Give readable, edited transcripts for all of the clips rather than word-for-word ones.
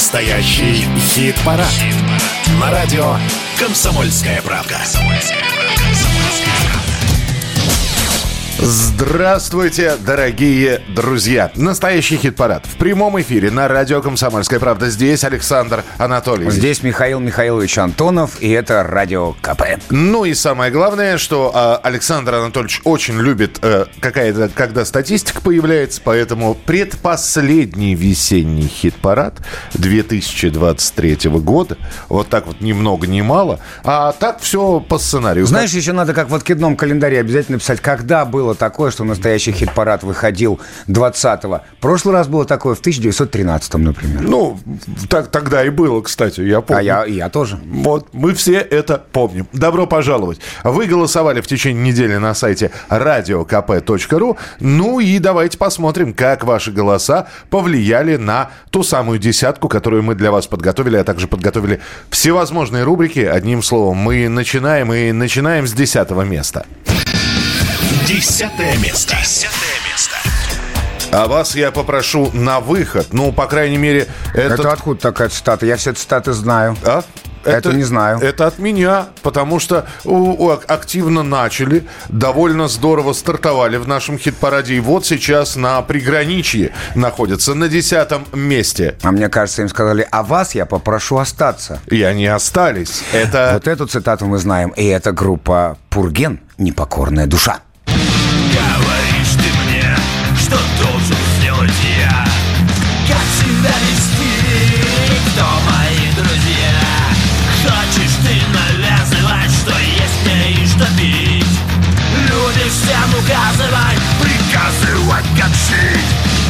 Настоящий хит-парад. На радио «Комсомольская правда». Здравствуйте, дорогие друзья. Настоящий хит-парад. В прямом эфире на радио «Комсомольская правда». Здесь Александр Анатольевич. Здесь Михаил Михайлович Антонов. И это Радио КП. Ну и самое главное, что Александр Анатольевич очень любит когда статистика появляется. Поэтому предпоследний весенний хит-парад 2023 года. Вот так вот ни много ни мало. А так все по сценарию. Знаешь, еще надо как в откидном календаре обязательно писать, когда было такое, что настоящий хит-парад выходил 20-го. В прошлый раз было такое в 1913-м, например. Ну, тогда и было, кстати, я помню. А я тоже. Вот, мы все это помним. Добро пожаловать. Вы голосовали в течение недели на сайте radiokp.ru. Ну и давайте посмотрим, как ваши голоса повлияли на ту самую десятку, которую мы для вас подготовили, а также подготовили всевозможные рубрики. Одним словом, мы начинаем с 10-го места. 10-е место. 10-е место. А вас я попрошу на выход. Ну, по крайней мере... Это откуда такая цитата? Я все цитаты знаю. А? Это не знаю. Это от меня, потому что активно начали, довольно здорово стартовали в нашем хит-параде. И вот сейчас на приграничье находятся на 10-м месте. А мне кажется, им сказали, а вас я попрошу остаться. И они остались. Это... Вот эту цитату мы знаем. И это группа «Пурген. Непокорная душа». Говоришь ты мне, что должен сделать я? Как себя вести? Кто мои друзья? Хочешь ты навязывать, что есть мне и что пить? Любишь всем указывать, приказывать, как жить?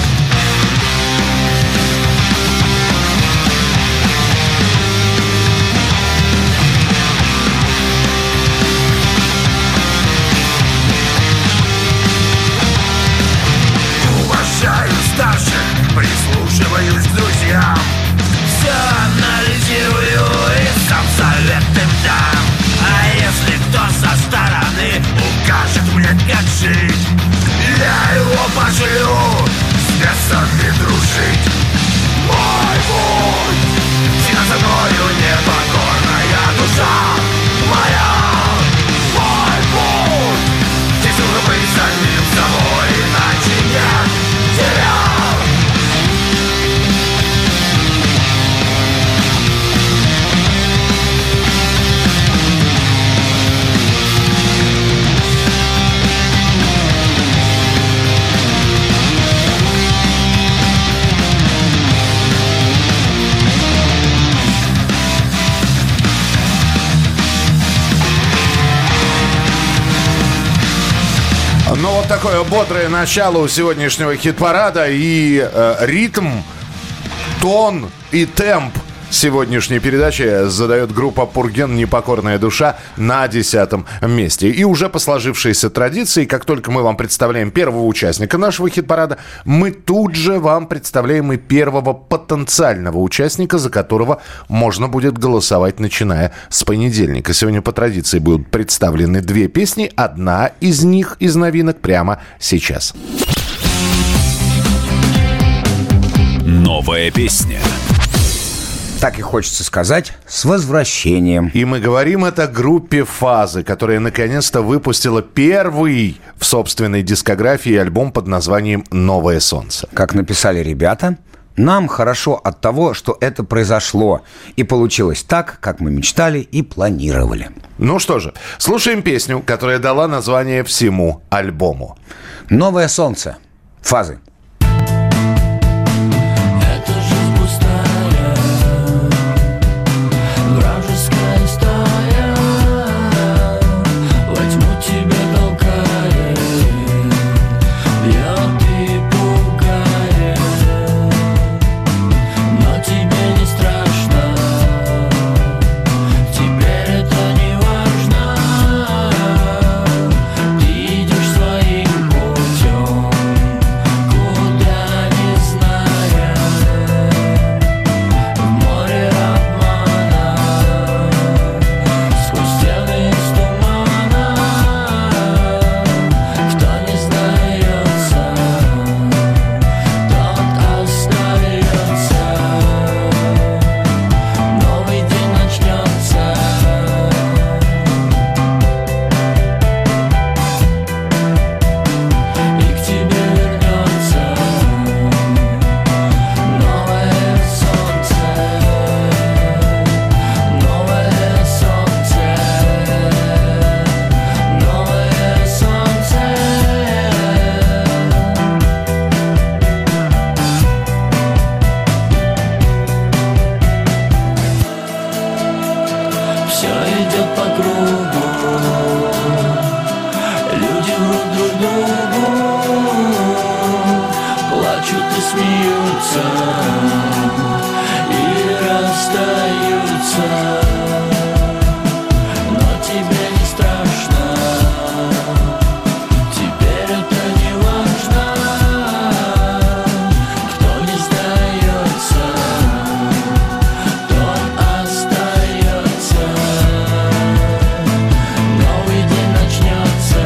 Прислушиваюсь к друзьям, все анализирую и сам совет им дам. А если кто со стороны укажет мне, как жить, я его пошлю с бесами дружить. Мой путь, всегда со мною непокорная душа моя. Мой путь, здесь нужно быть самим собой, иначе нет тебя. Ну, вот такое бодрое начало у сегодняшнего хит-парада. И ритм, тон и темп сегодняшней передачи задает группа «Пурген. Непокорная душа» на 10-м месте. И уже по сложившейся традиции, как только мы вам представляем первого участника нашего хит-парада, мы тут же вам представляем и первого потенциального участника, за которого можно будет голосовать, начиная с понедельника. Сегодня по традиции будут представлены две песни. Одна из них, из новинок, прямо сейчас. Новая песня. Так и хочется сказать, с возвращением. И мы говорим это о группе «Фазы», которая наконец-то выпустила первый в собственной дискографии альбом под названием «Новое солнце». Как написали ребята, нам хорошо от того, что это произошло. И получилось так, как мы мечтали и планировали. Ну что же, слушаем песню, которая дала название всему альбому. «Новое солнце». «Фазы». Идешь своим путем. и расстаются. Но тебе не страшно, теперь это не важно. Кто не сдается, тот остается. Новый день начнется.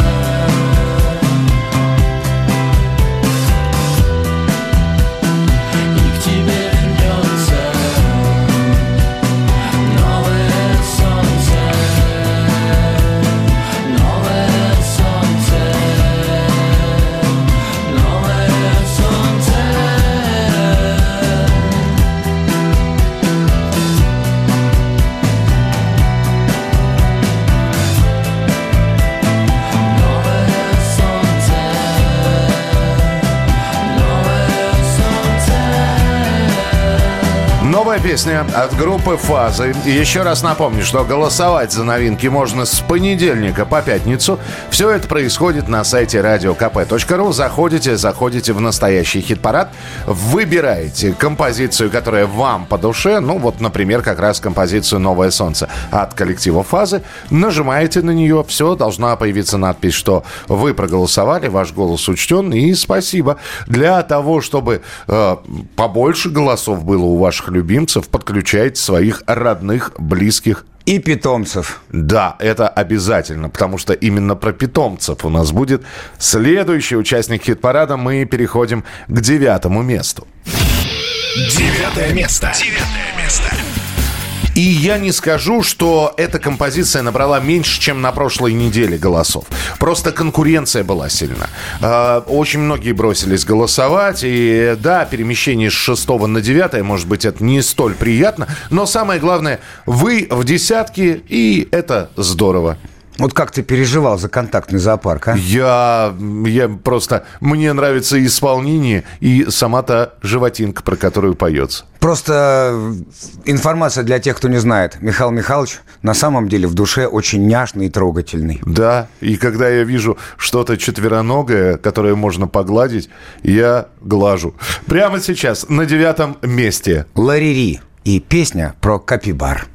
И к тебе вернется новое солнце, новое солнце, новое солнце. Новое солнце, новое солнце. Новая песня от группы «Фазы». И еще раз напомню, что голосовать за новинки можно с понедельника по пятницу. Все это происходит на сайте radiokp.ru. Заходите в настоящий хит-парад, выбираете композицию, которая вам по душе. Ну, вот, например, как раз композицию «Новое солнце» от коллектива «Фазы». Нажимаете на нее, все, должна появиться надпись, что вы проголосовали, ваш голос учтен, и спасибо. Для того, чтобы побольше голосов было у ваших любимцев, подключайте своих родных, близких. И питомцев. Да, это обязательно, потому что именно про питомцев у нас будет следующий участник хит-парада. Мы переходим к 9-му месту. 9 место. И я не скажу, что эта композиция набрала меньше, чем на прошлой неделе голосов. Просто конкуренция была сильна. Очень многие бросились голосовать. И да, перемещение с 6 на 9, может быть, это не столь приятно. Но самое главное, вы в десятке, и это здорово. Вот как ты переживал за контактный зоопарк, а? Я просто... Мне нравится исполнение и сама-то животинка, про которую поется. Просто информация для тех, кто не знает. Михаил Михайлович на самом деле в душе очень няшный и трогательный. Да, и когда я вижу что-то четвероногое, которое можно погладить, я глажу. Прямо сейчас на 9-м месте. Ларири и песня про капибар.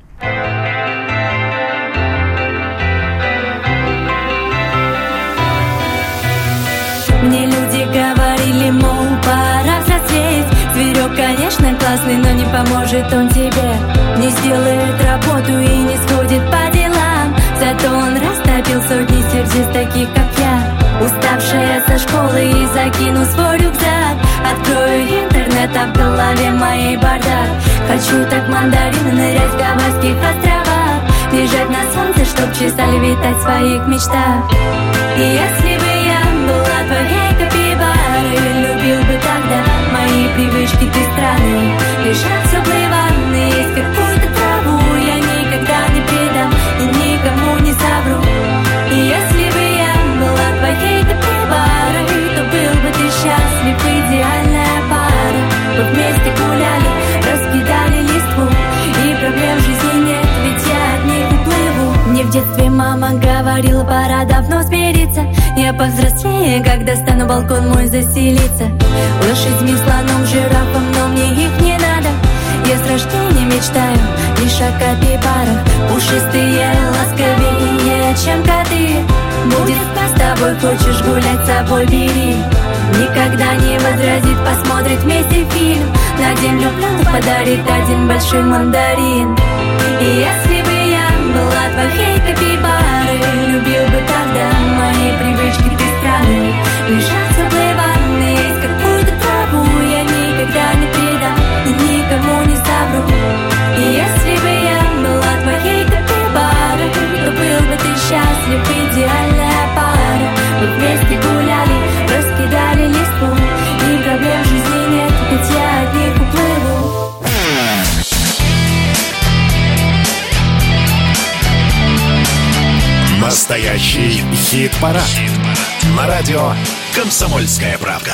Мне люди говорили, мол, пора взрослеть. Зверек, конечно, классный, но не поможет он тебе. Не сделает работу и не сходит по делам. Зато он растопил сотни сердец таких, как я. Уставшая со школы и закину свой рюкзак. Открою интернет, а в голове моей бардак. Хочу так мандарины нырять в Гавайских островах. Лежать на солнце, чтоб чесали витать в своих мечтах. И если бы я была твоей капибарой, любил бы тогда мои привычки ты странные. Лежать в теплой ванне, есть какую-то траву я никогда не предам и никому не совру. И если бы я была твоей капибарой, то был бы ты счастлив, идеальная пара. Мы вместе гуляли, раскидали листву, и проблем в жизни нет, ведь я от них уплыву. Мне в детстве мама говорила, пора давно смириться. Я повзрослее, когда стану балкон мой заселиться. Лошадьми, слоном, жирафом, но мне их не надо. Я с рождения мечтаю лишь о капибарах. Пушистые, ласковее, чем коты. Будет с тобой, хочешь гулять, с собой бери. Никогда не возразит, посмотрит вместе фильм. На день влюбленных подарит один большой мандарин. И если бы я была твоей капибарой, любил бы тогда мои привычки ты странные. Лежать в теплой ванне, есть какую-то траву я никогда не предам и никому не совру. И если бы я была твоей капибарой, то был бы ты счастлив, идеальная пара. Мы вместе гуляли, раскидали листву, и проблем в жизни нет, ведь я от них уплыву. Настоящий хит-парад. На радио «Комсомольская правда».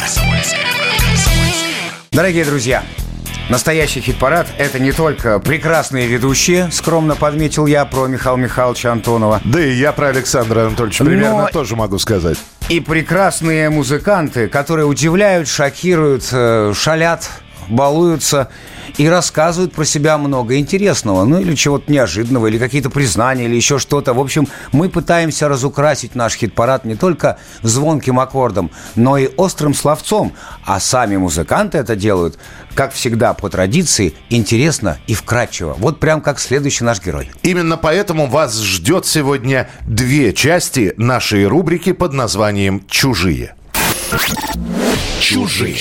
Дорогие друзья, настоящий хит-парад – это не только прекрасные ведущие, скромно подметил я про Михаила Михайловича Антонова. Да и я про Александра Анатольевича примерно тоже могу сказать. И прекрасные музыканты, которые удивляют, шокируют, шалят балуются и рассказывают про себя много интересного, ну или чего-то неожиданного, или какие-то признания, или еще что-то. В общем, мы пытаемся разукрасить наш хит-парад не только звонким аккордом, но и острым словцом. А сами музыканты это делают, как всегда, по традиции, интересно и вкратчиво. Вот прям как следующий наш герой. Именно поэтому вас ждет сегодня 2 части нашей рубрики под названием «Чужие». Чужие.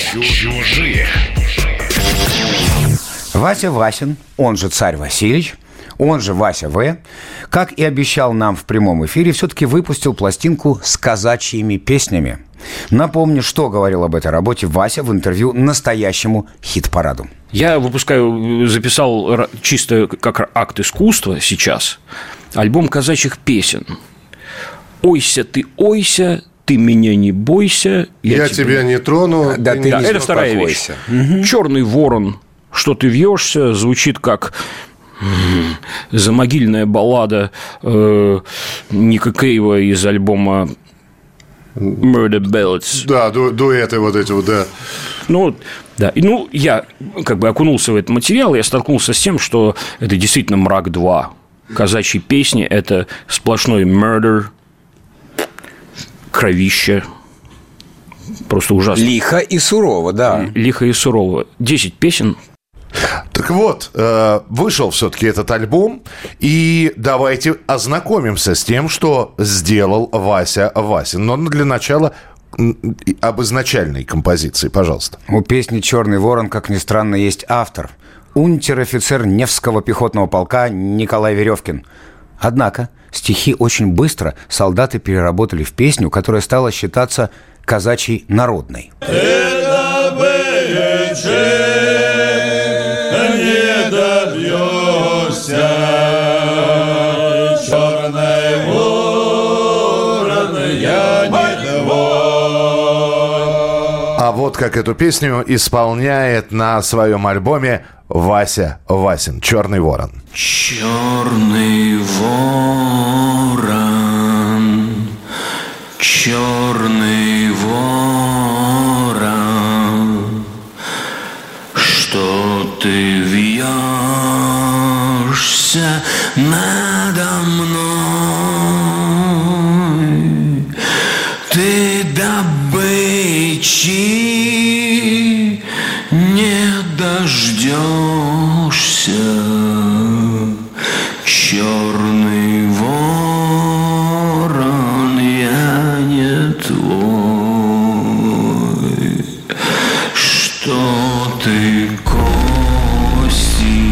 Вася Васин, он же Царь Васильевич, он же Вася В., как и обещал нам в прямом эфире, все-таки выпустил пластинку с казачьими песнями. Напомню, что говорил об этой работе Вася в интервью настоящему хит-параду. Я записал чисто как акт искусства сейчас альбом казачьих песен. «Ойся, ты меня не бойся». Я тебя не трону. Да, ты не это вторая вещь. «Черный ворон, что ты вьешься», звучит как замогильная баллада Ника Кейва из альбома Murder Ballads. Да, дуэты вот эти вот, да. Да. Я окунулся в этот материал, я столкнулся с тем, что это действительно «Мрак 2». Казачьи песни – это сплошной murder, кровище. Просто ужасно. Лихо и сурово, да. Лихо и сурово. 10 песен. Так вот, вышел все-таки этот альбом, и давайте ознакомимся с тем, что сделал Вася Васин. Но для начала об изначальной композиции, пожалуйста. У песни «Черный ворон», как ни странно, есть автор. Унтер-офицер Невского пехотного полка Николай Веревкин. Однако стихи очень быстро солдаты переработали в песню, которая стала считаться казачьей народной. Не добьешься, черный ворон, я не твой. А вот как эту песню исполняет на своем альбоме Вася Васин, «Черный ворон». Черный ворон, черный ворон, что ты вьешься надо мной, ты добычи не дождешься, черный ворон, я не твой, что ты кости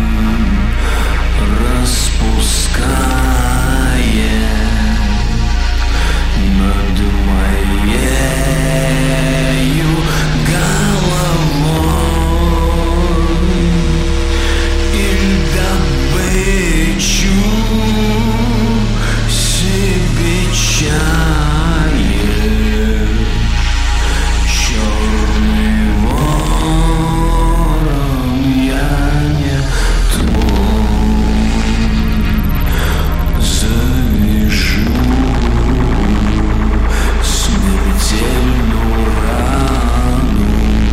распускаешь над моею головой, и добычу себе чаешь, черный ворон, я не твой, завяжу смертельную рану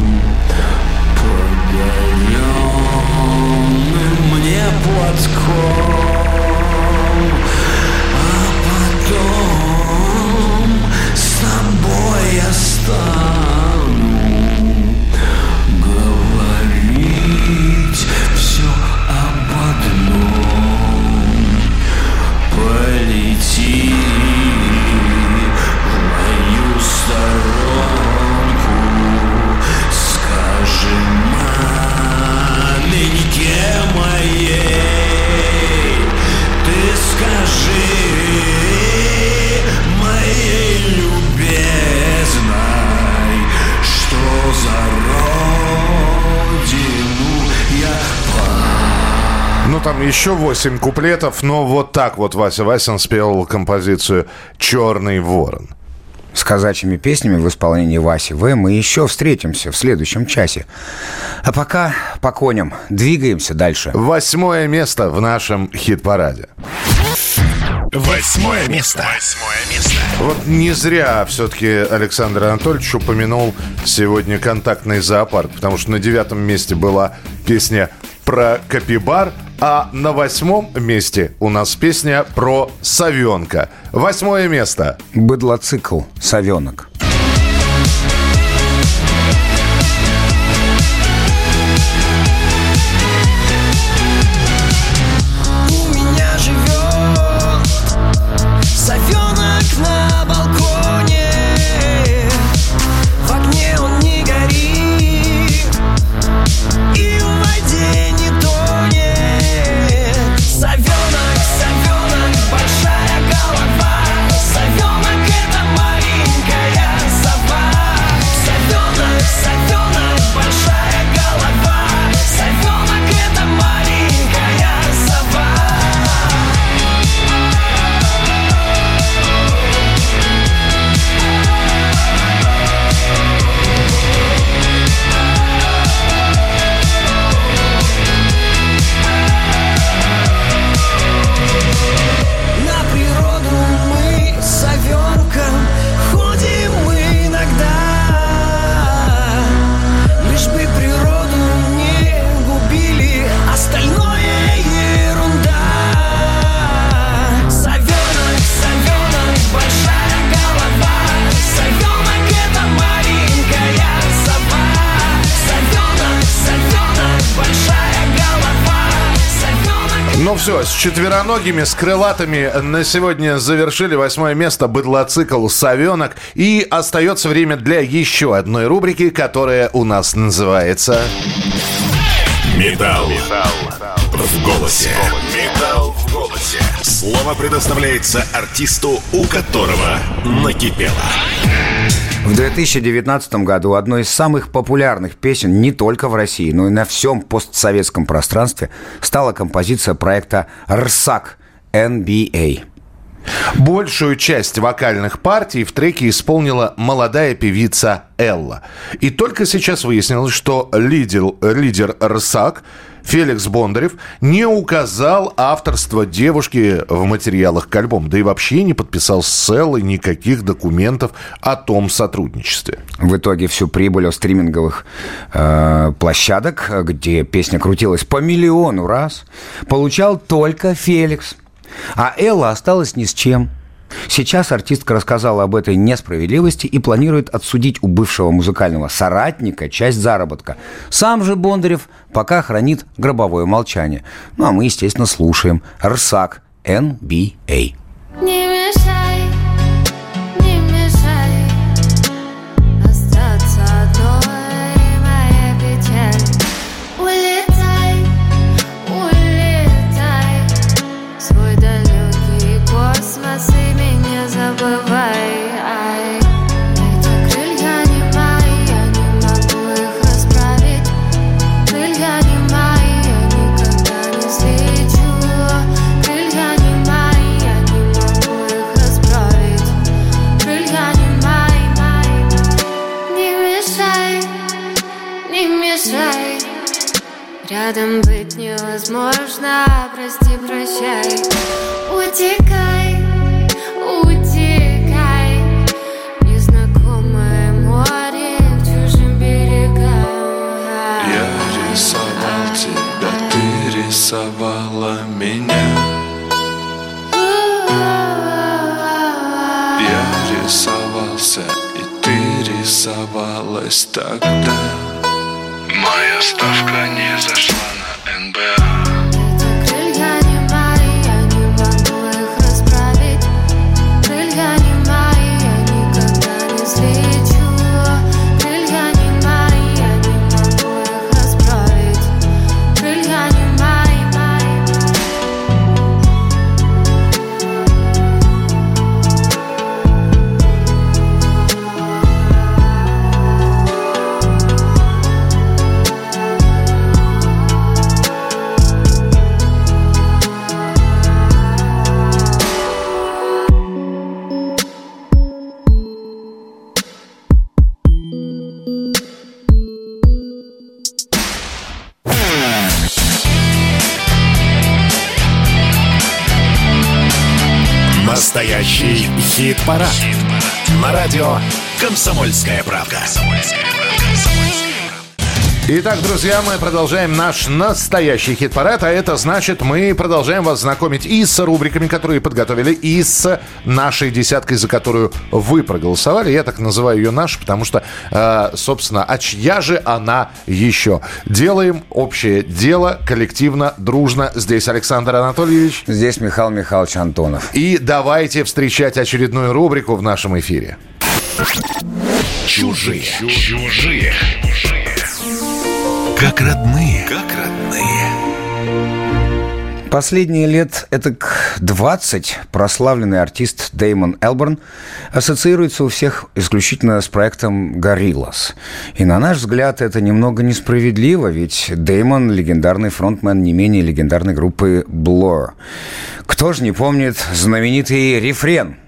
подаренным мне платком, а потом с тобой я стану говорить все об одном. Полети в мою сторонку, скажи маменьке моей, ты скажи моей любезной, что за родину я Ну, там еще 8 куплетов, но вот так вот Вася Васин спел композицию «Черный ворон». С казачьими песнями в исполнении Васи В. мы еще встретимся в следующем часе. А пока по коням двигаемся дальше. 8 место в нашем хит-параде. 8 место. 8 место. Вот не зря все-таки Александр Анатольевич упомянул сегодня контактный зоопарк, потому что на 9-м месте была песня про капибар, а на 8-м месте у нас песня про совенка. 8-е место. Быдлоцикл «Совенок». Ну все, с четвероногими, с крылатыми на сегодня завершили 8-е место «Быдлоцикл «Совенок». И остается время для еще одной рубрики, которая у нас называется... Металл в голосе. Металл в голосе. Слово предоставляется артисту, у которого накипело. В 2019 году одной из самых популярных песен не только в России, но и на всем постсоветском пространстве стала композиция проекта «РСАК» NBA. Большую часть вокальных партий в треке исполнила молодая певица Элла. И только сейчас выяснилось, что лидер РСАК Феликс Бондарев не указал авторство девушки в материалах к альбому, да и вообще не подписал с Эллой никаких документов о том сотрудничестве. В итоге всю прибыль от стриминговых площадок, где песня крутилась по миллиону раз, получал только Феликс. А Элла осталась ни с чем. Сейчас артистка рассказала об этой несправедливости и планирует отсудить у бывшего музыкального соратника часть заработка. Сам же Бондарев пока хранит гробовое молчание. Ну, а мы, естественно, слушаем «РСАК» NBA. Не мешай, не мешай остаться одной, моя печаль. Улетай, улетай в свой далекий космос и меня забывай. Ай, эти крылья не мои, я не могу их расправить. Крылья не мои, я никогда не взлечу. Крылья не мои, я не могу их расправить. Крылья не мои. Не мешай, не мешай. Рядом быть невозможно, прости, прощай. Утекай, утекай. Незнакомое море к чужим берегам. Я рисовал тебя, ты рисовала меня. Я рисовался, и ты рисовалась тогда. Моя ставка не зашла на НБА. Это крылья не мои, я не могу их расправить. Крылья не мои, я никогда не взлечу. Крылья не мои, я не могу их расправить. Крылья не мои. Настоящий хит-парад. На радио «Комсомольская правда». Итак, друзья, мы продолжаем наш настоящий хит-парад, а это значит, мы продолжаем вас знакомить и с рубриками, которые подготовили, и с нашей десяткой, за которую вы проголосовали. Я так называю ее «наш», потому что, собственно, а чья же она еще? Делаем общее дело, коллективно, дружно. Здесь Александр Анатольевич. Здесь Михаил Михайлович Антонов. И давайте встречать очередную рубрику в нашем эфире. Чужие. Чужие. Как родные. Как родные. Последние лет этак 20 прославленный артист Дэймон Элборн ассоциируется у всех исключительно с проектом Gorillaz. И на наш взгляд это немного несправедливо, ведь Дэймон – легендарный фронтмен не менее легендарной группы Blur. Кто же не помнит знаменитый рефрен?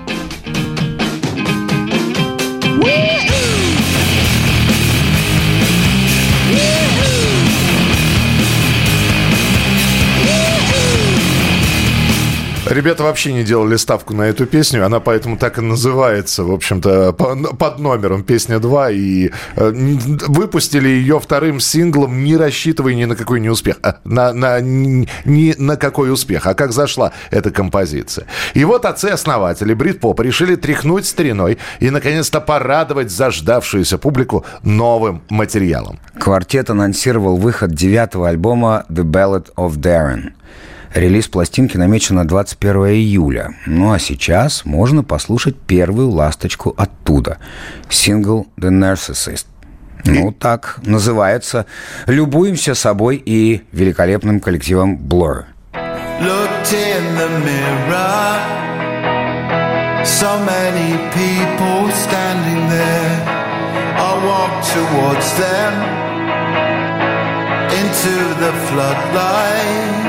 Ребята вообще не делали ставку на эту песню, она поэтому так и называется, в общем-то, под номером «Песня 2», и выпустили ее вторым синглом, не рассчитывая ни на какой успех, ни на какой успех, а как зашла эта композиция. И вот отцы-основатели брит-попа решили тряхнуть стариной и, наконец-то, порадовать заждавшуюся публику новым материалом. Квартет анонсировал выход 9-го альбома «The Ballad of Darren». Релиз пластинки намечен на 21 июля. Ну а сейчас можно послушать первую ласточку оттуда. Сингл «The Narcissist». Ну, так называется. Любуемся собой и великолепным коллективом Blur. Looked in the mirror, so many people standing there. I walked towards them, into the floodlight.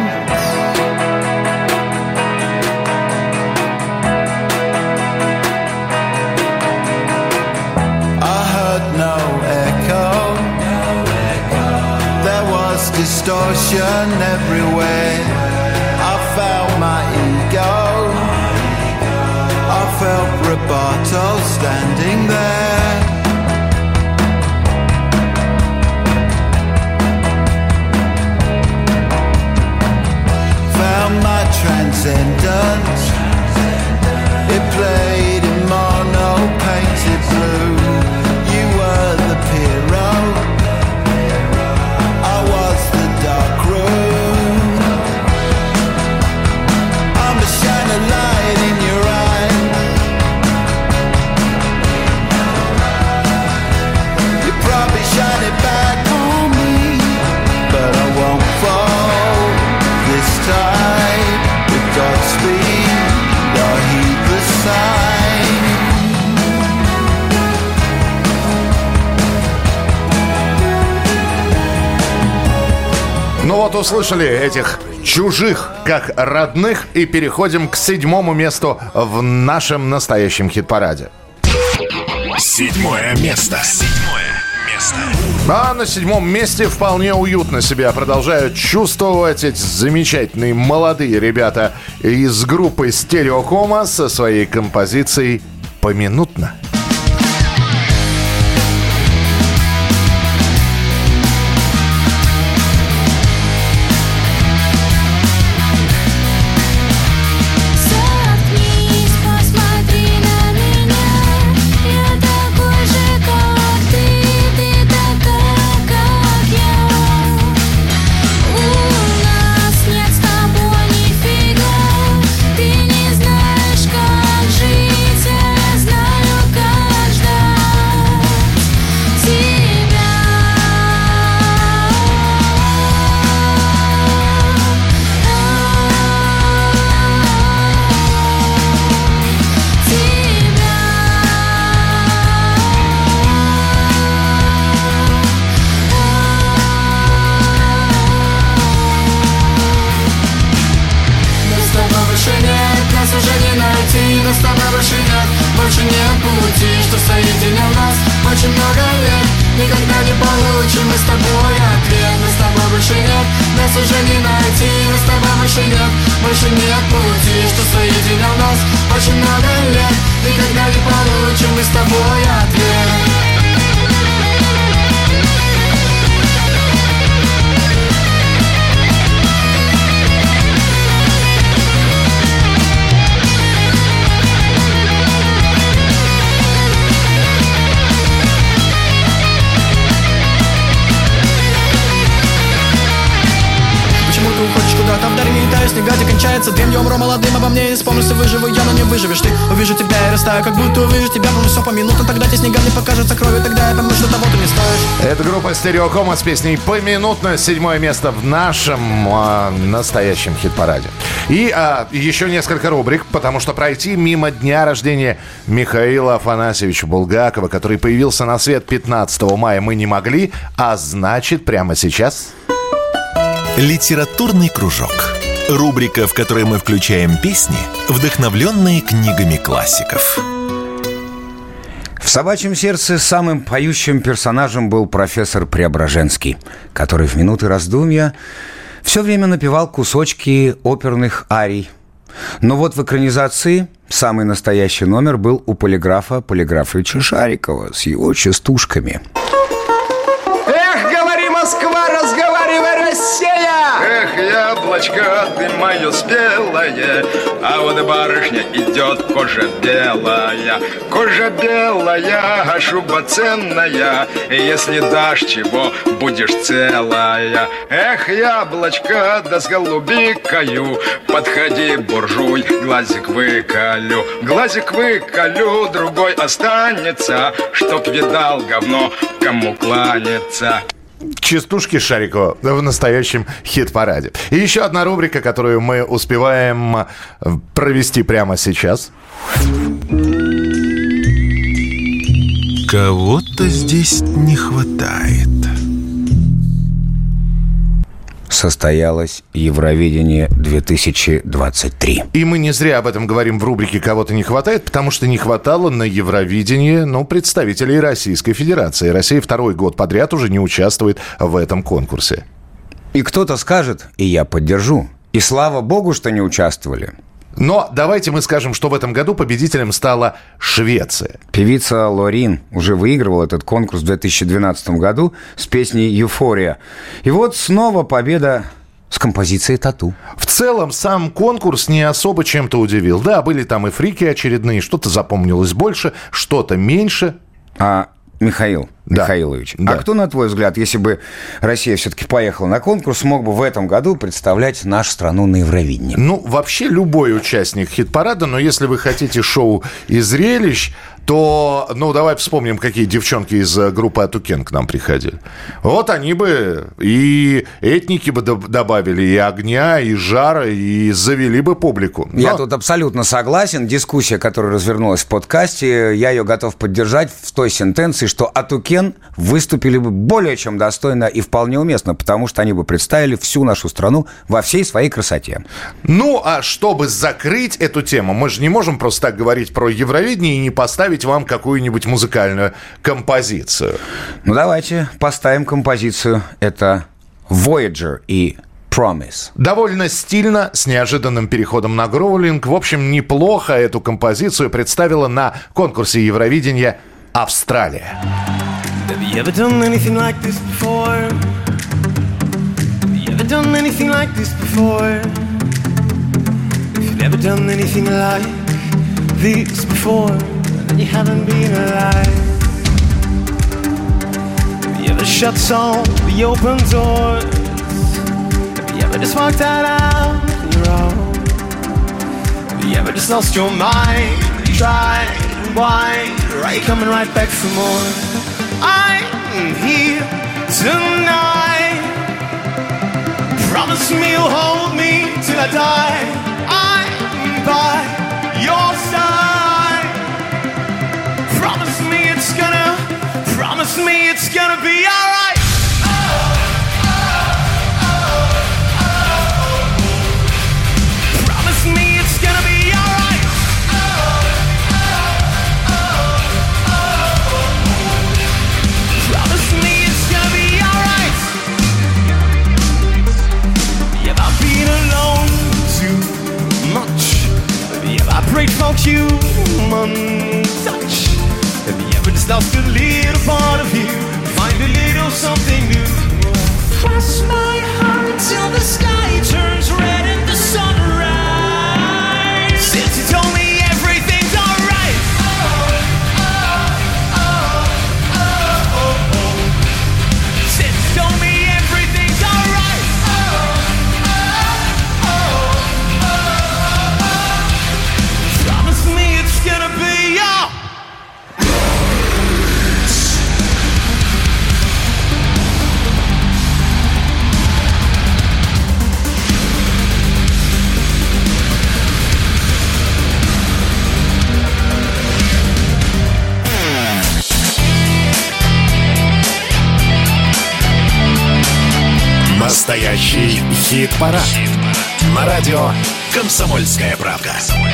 Distortion everywhere. I felt my ego. I felt Roberto standing there. Found my transcendence. It played in mono painted blue. You were the hero. Ну вот услышали этих чужих как родных и переходим к 7-му месту в нашем настоящем хит-параде. 7-е место. 7-е место. А на 7-м месте вполне уютно себя продолжают чувствовать эти замечательные молодые ребята из группы Стереокома со своей композицией «Поминутно». Очень много лет, никогда не получим мы с тобой ответ. Мы с тобой больше нет, нас уже не найти, но с тобой больше нет пути, что соединял нас очень много лет. Никогда не получим мы с тобой ответ. Куда-то вдали не летаю, снегадик кончается дым, я умру молодым, обо мне вспомнился, выживу я, но не выживешь ты. Увижу тебя и растаю, как будто увижу тебя, помню все по минутам, тогда тебе снега не покажется кровью, тогда я пойму, что того ты не стоишь. Это группа «Стереокома» с песней «Поминутно», 7-е место в нашем настоящем хит-параде. И еще несколько рубрик, потому что пройти мимо дня рождения Михаила Афанасьевича Булгакова, который появился на свет 15 мая, мы не могли, а значит, прямо сейчас... Литературный кружок. Рубрика, в которой мы включаем песни, вдохновленные книгами классиков. В «Собачьем сердце» самым поющим персонажем был профессор Преображенский, который в минуты раздумья все время напевал кусочки оперных арий. Но вот в экранизации самый настоящий номер был у Полиграфа Полиграфовича Шарикова с его частушками. Эх, говори, Москва, разговаривай, Россия! Эх, яблочко, ты мое спелое, а вот барышня идет кожа белая, а шуба ценная, и если дашь чего, будешь целая. Эх, яблочко, да с голубикою, подходи, буржуй, глазик выколю, другой останется, чтоб видал говно, кому кланяться. Частушки Шарикова в настоящем хит-параде. И еще одна рубрика, которую мы успеваем провести прямо сейчас. Кого-то здесь не хватает. Состоялось Евровидение 2023. И мы не зря об этом говорим в рубрике «Кого-то не хватает», потому что не хватало на Евровидении, представителей Российской Федерации. Россия второй год подряд уже не участвует в этом конкурсе. И кто-то скажет, и я поддержу. И слава богу, что не участвовали. Но давайте мы скажем, что в этом году победителем стала Швеция. Певица Лорин уже выигрывала этот конкурс в 2012 году с песней «Юфория». И вот снова победа с композицией «Тату». В целом, сам конкурс не особо чем-то удивил. Да, были там и фрики очередные, что-то запомнилось больше, что-то меньше. Михаилович, да. А кто, на твой взгляд, если бы Россия все-таки поехала на конкурс, мог бы в этом году представлять нашу страну на Евровидении? Вообще любой участник хит-парада, но если вы хотите шоу и зрелищ, то, давай вспомним, какие девчонки из группы «Атукен» к нам приходили. Вот они бы и этники бы добавили, и огня, и жара, и завели бы публику. Я тут абсолютно согласен. Дискуссия, которая развернулась в подкасте, я ее готов поддержать в той сентенции, что «Атукен» выступили бы более чем достойно и вполне уместно, потому что они бы представили всю нашу страну во всей своей красоте. А чтобы закрыть эту тему, мы же не можем просто так говорить про Евровидение и не поставить вам какую-нибудь музыкальную композицию. Давайте поставим композицию. Это Voyager и Promise. Довольно стильно, с неожиданным переходом на гроулинг. В общем, неплохо эту композицию представила на конкурсе Евровидения Австралия. Have you ever done anything like this before? Have you ever done anything like this before? If you've never done anything like this before, then you haven't been alive. Have you ever shut all the open doors? Have you ever just walked out on your own? Have you ever just lost your mind? Tried and why? Or are you coming right back for more? I'm here tonight. Promise me you'll hold me till I die. I'm by your side. Promise me it's gonna be alright. Promise me it's gonna be alright. Promise me it's gonna be alright. little part of you, find a little something new. Cross my heart till the sky turns red and the sun rise. Since you told me everything's alright. Since you told me everything's alright. Promise me it's gonna be your Настоящий хит-парад. На радио «Комсомольская правда».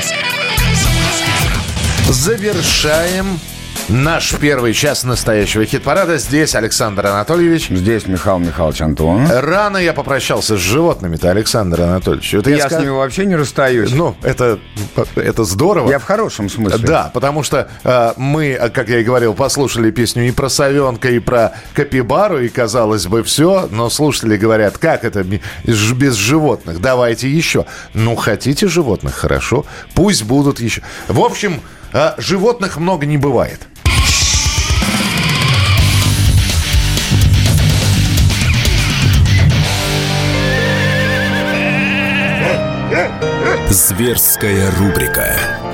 Завершаем наш первый час настоящего хит-парада. Здесь Александр Анатольевич. Здесь Михаил Михайлович Антон. Rано я попрощался с животными-то, Александр Анатольевич. Вот я с ними вообще не расстаюсь. Ну, это здорово. Я в хорошем смысле. Да, потому что мы, как я и говорил, послушали песню и про совенка, и про капибару, и, казалось бы, все. Но слушатели говорят, как это без животных? Давайте еще. Ну, хотите животных? Хорошо. Пусть будут еще. В общем, животных много не бывает. Зверская рубрика.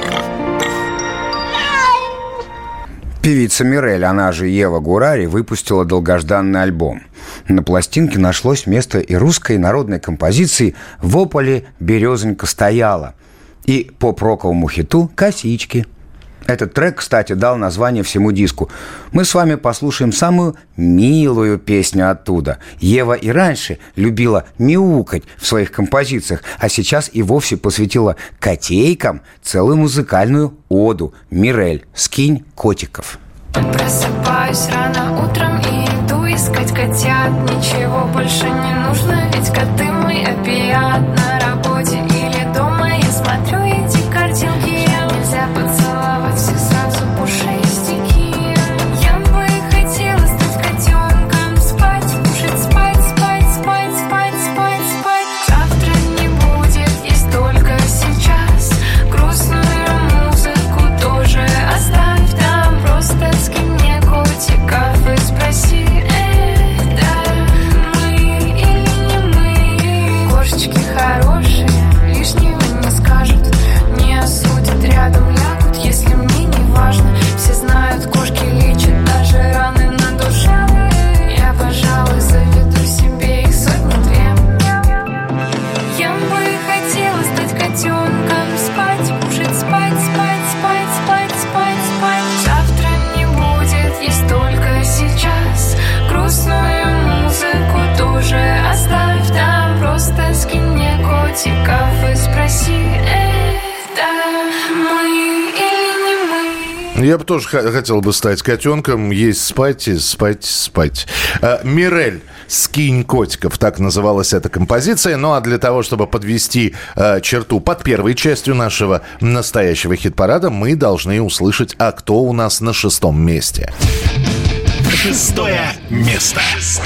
Певица Мирель, она же Ева Гурари, выпустила долгожданный альбом. На пластинке нашлось место и русской народной композиции «В ополе березонька стояла» и поп-роковому хиту «Косички». Этот трек, кстати, дал название всему диску. Мы с вами послушаем самую милую песню оттуда. Ева и раньше любила мяукать в своих композициях, а сейчас и вовсе посвятила котейкам целую музыкальную оду. Мирель, «Скинь котиков». Просыпаюсь рано утром и иду искать котят. Ничего больше не нужно, ведь коты мой опиат. На работе или дома я смотрю эти картинки. Нельзя поцеловать все сразу пушистики. Я бы хотела стать котенком, спать, кушать, спать, спать, спать, спать, спать, спать. Завтра не будет, есть только сейчас. Грустную музыку тоже оставь там. Просто скинь мне котиков и спроси, это мы или не мы? Кошечки хорошие, лишнего не скажут, не осудят, рядом лягут, если мне не важно. Все знают, кошки лечат даже раны на душе. Я, пожалуй, заведу себе их сотни-две. Я бы хотела стать котенком, спать, кушать, спать, спать, спать, спать, спать, спать. Завтра не будет, есть только сейчас. Грустную музыку тоже оставь там. Просто скинь мне котиков и спроси, это мы или не мы? Я бы тоже хотел бы стать котенком, есть спать и спать, спать. Мирель, «Скинь котиков», так называлась эта композиция. Ну а для того, чтобы подвести черту под первой частью нашего настоящего хит-парада, мы должны услышать, а кто у нас на шестом месте. Шестое место.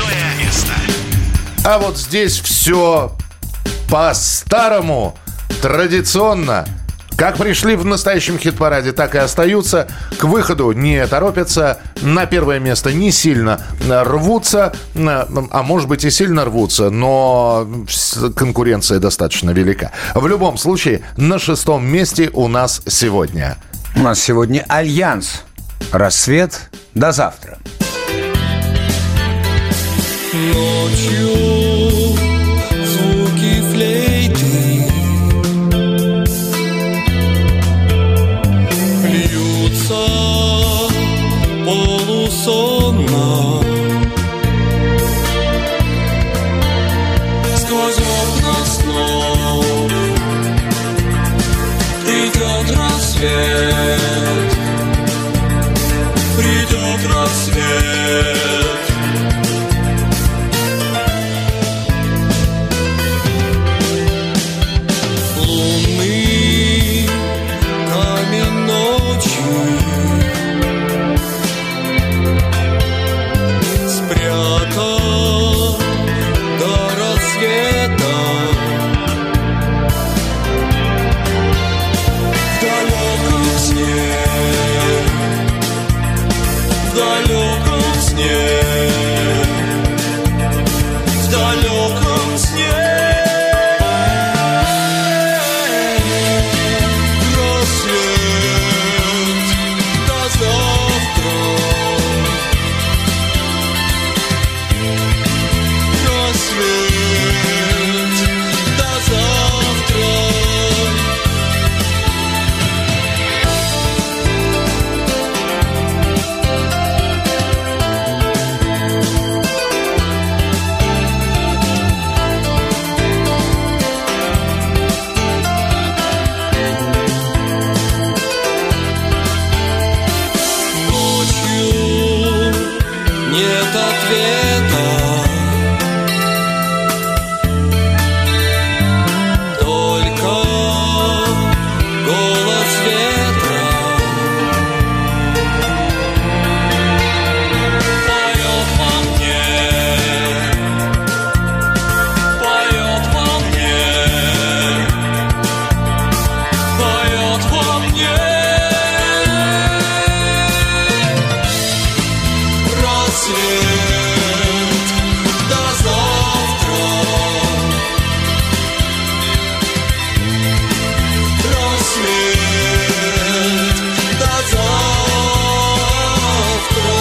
А вот здесь все по-старому, традиционно. Как пришли в настоящем хит-параде, так и остаются. К выходу не торопятся. На первое место не сильно рвутся. А может быть и сильно рвутся, но конкуренция достаточно велика. В любом случае, на шестом месте у нас сегодня. У нас сегодня «Альянс». «Рассвет». До завтра. Ночью звуки флейты льются полусонно сквозь окна снов. Придет рассвет, придет рассвет. Лунный камень ночи сне, в далеком сне. Рассвет до завтра. Рассвет до завтра. Нет ответа, только голос ветра поет во мне, поет во мне, поет во мне. Рассвет до завтра. Рассвет до завтра.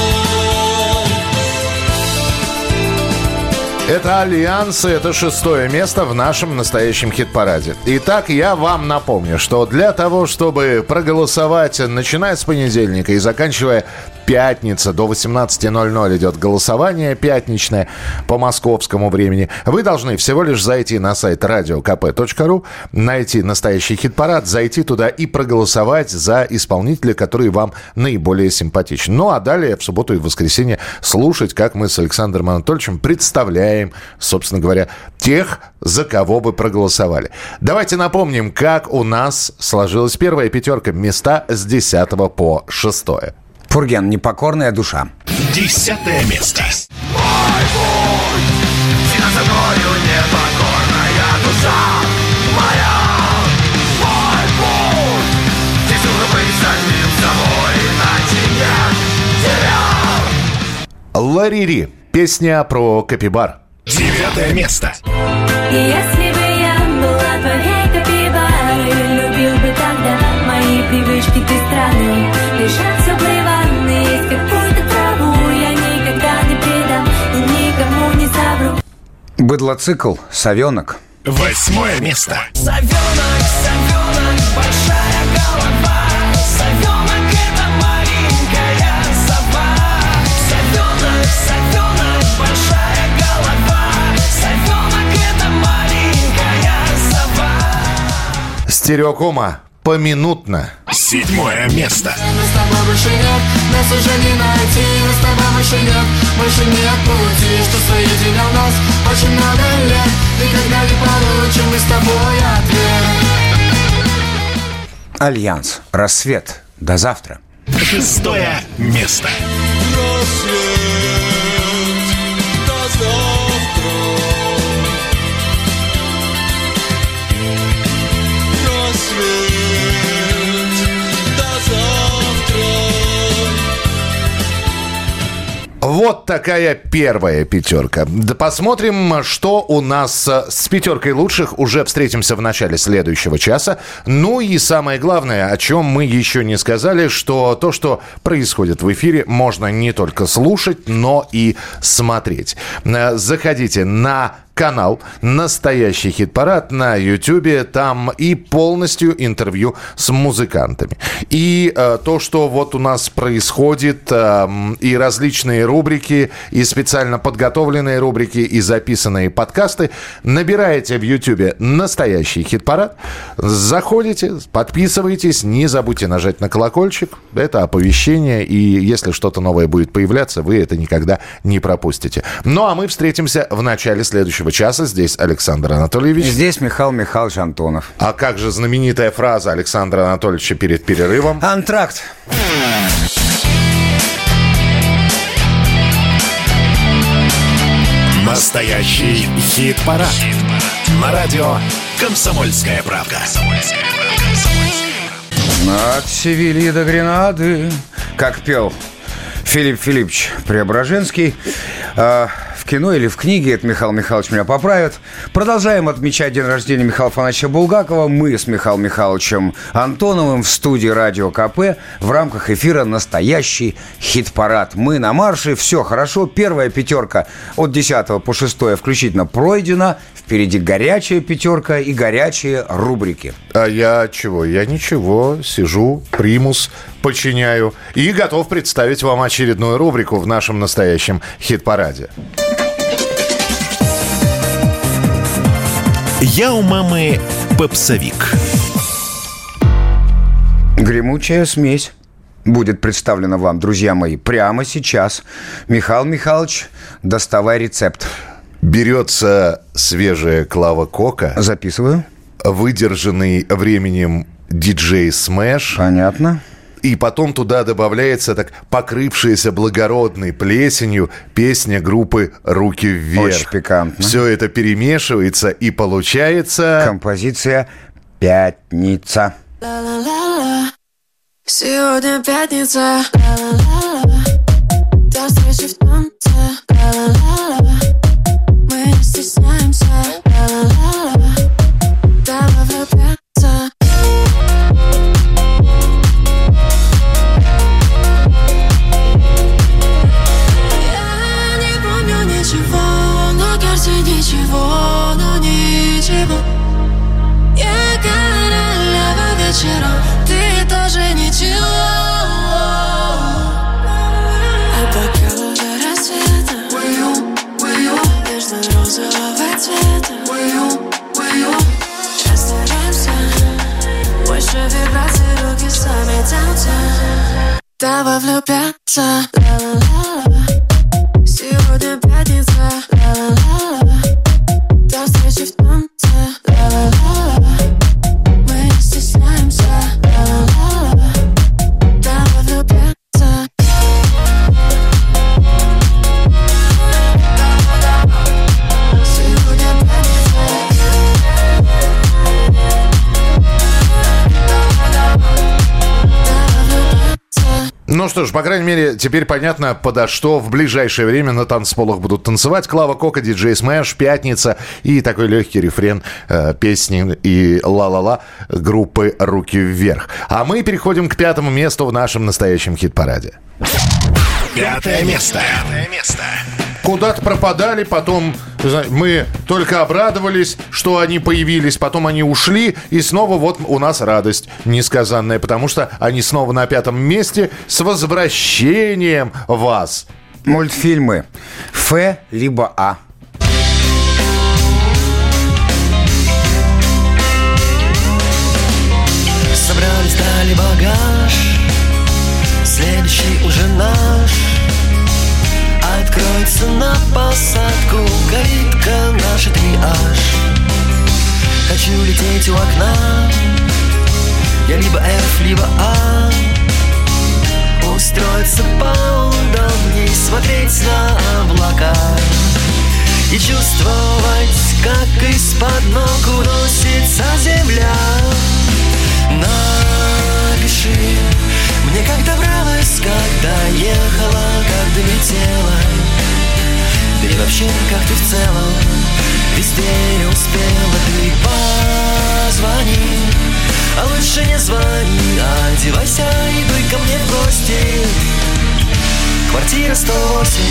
Это «Альянс», и это 6-е место в нашем настоящем хит-параде. Итак, я вам напомню, что для того, чтобы проголосовать, начиная с понедельника и заканчивая пятница, до 18:00 идет голосование пятничное по московскому времени, вы должны всего лишь зайти на сайт radiokp.ru, найти настоящий хит-парад, зайти туда и проголосовать за исполнителя, который вам наиболее симпатичен. Ну, а далее в субботу и в воскресенье слушать, как мы с Александром Анатольевичем представляем, собственно говоря, тех, за кого вы проголосовали. Давайте напомним, как у нас сложилась первая пятерка, места с 10 по 6. Пурген, «Непокорная душа». 10 место. Мой путь, всегда за мною непокорная душа моя. Мой путь, здесь уже быть самим собой, иначе нет тебя. Ларири, песня про капибар. 9 место. Если бы я была твоей капибарой, любил бы тогда мои привычки ты странные. Лежать теплой ванны, есть какую-то траву, я никогда не предам и никому не совру. Быдлоцикл, «Совенок». 8 место. Совенок, совенок, большая голова. Совенок — это маленькая сова. Совенок, совенок, большая голова. Совенок — это маленькая сова. Стереокома, «Поминутно». 7 место. Мы с тобой больше нет, нас уже не найти. Мы с тобой больше нет пути, что соединял нас очень много лет. Никогда не получим мы с тобой ответ. «Альянс», «Рассвет». До завтра. 6 место. Рассвет до завтра. Рассвет до завтра. Вот такая первая пятерка. Да посмотрим, что у нас с пятеркой лучших. Уже встретимся в начале следующего часа. Ну и самое главное, о чем мы еще не сказали, что то, что происходит в эфире, можно не только слушать, но и смотреть. Заходите на канал «Настоящий хит-парад» на Ютьюбе. Там и полностью интервью с музыкантами. И то, что вот у нас происходит, и различные рубрики, и специально подготовленные рубрики, и записанные подкасты, набираете в Ютьюбе «Настоящий хит-парад», заходите, подписывайтесь, не забудьте нажать на колокольчик. Это оповещение, и если что-то новое будет появляться, вы это никогда не пропустите. Ну, а мы встретимся в начале следующего часа. Здесь Александр Анатольевич. Здесь Михаил Михайлович Антонов. А как же знаменитая фраза Александра Анатольевича перед перерывом? Антракт. Настоящий хит-парад. На радио «Комсомольская правда». От Севильи до Гренады, как пел Филипп Филиппович Преображенский. В кино или в книге, это Михаил Михайлович меня поправит. Продолжаем отмечать день рождения Михаила Афанасьевича Булгакова. Мы с Михаилом Михайловичем Антоновым в студии Радио КП в рамках эфира «Настоящий хит-парад». Мы на марше, все хорошо. Первая пятерка от 10 по 6 включительно пройдена. Впереди горячая пятерка и горячие рубрики. А я чего? Я ничего. Сижу, примус подчиняю и готов представить вам очередную рубрику в нашем настоящем хит-параде. Я у мамы попсовик. Гремучая смесь будет представлена вам, друзья мои, прямо сейчас. Михаил Михайлович, доставай рецепт. Берется свежая клава кока. Записываю. Выдержанный временем диджей Смэш. Понятно. И потом туда добавляется так покрывшаяся благородной плесенью песня группы «Руки вверх». Очень пикантно. Все это перемешивается и получается... Композиция «Пятница». Сегодня пятница. До встречи в танце. Мы не стесняемся. Давай влюбляться. Ничего, на карте ничего, но ничего. Я королева вечером, ты тоже ничего. А пока до рассвета нежно-розового цвета. Постараемся, больше вибраций, руки сами тянутся. Давай влюбляться. Ла-ла-ла-ла. Сегодня пятница, ла-ла-ла-ла. До встречи в танце, ла-ла-ла-ла. Мы не стесняемся, ла-ла-ла-ла. Давай влюбляться. Сегодня пятница. Ну что ж, по крайней мере, теперь понятно, подо что в ближайшее время на танцполах будут танцевать. Клава Кока, диджей Смэш, «Пятница» и такой легкий рефрен песни и «Ла-ла-ла» группы «Руки вверх». А мы переходим к 5-му месту в нашем настоящем хит-параде. 5-е место. Куда-то пропадали, потом мы только обрадовались, что они появились, потом они ушли, и снова вот у нас радость несказанная, потому что они снова на 5-м месте. С возвращением вас! Мультфильмы Ф либо А. Собрали, стали багаж, следующий уже наш. Откроется на посадку калитка, наш триаж. Хочу лететь у окна, я либо F, либо А. Устроиться поудобней, смотреть на облака и чувствовать, как из-под ног уносится земля. Напиши мне, как добралась, когда ехала, как долетела. Да и вообще, как ты в целом, везде не успела. Ты позвони, а лучше не звони, одевайся и дуй ко мне в гости. Квартира 108.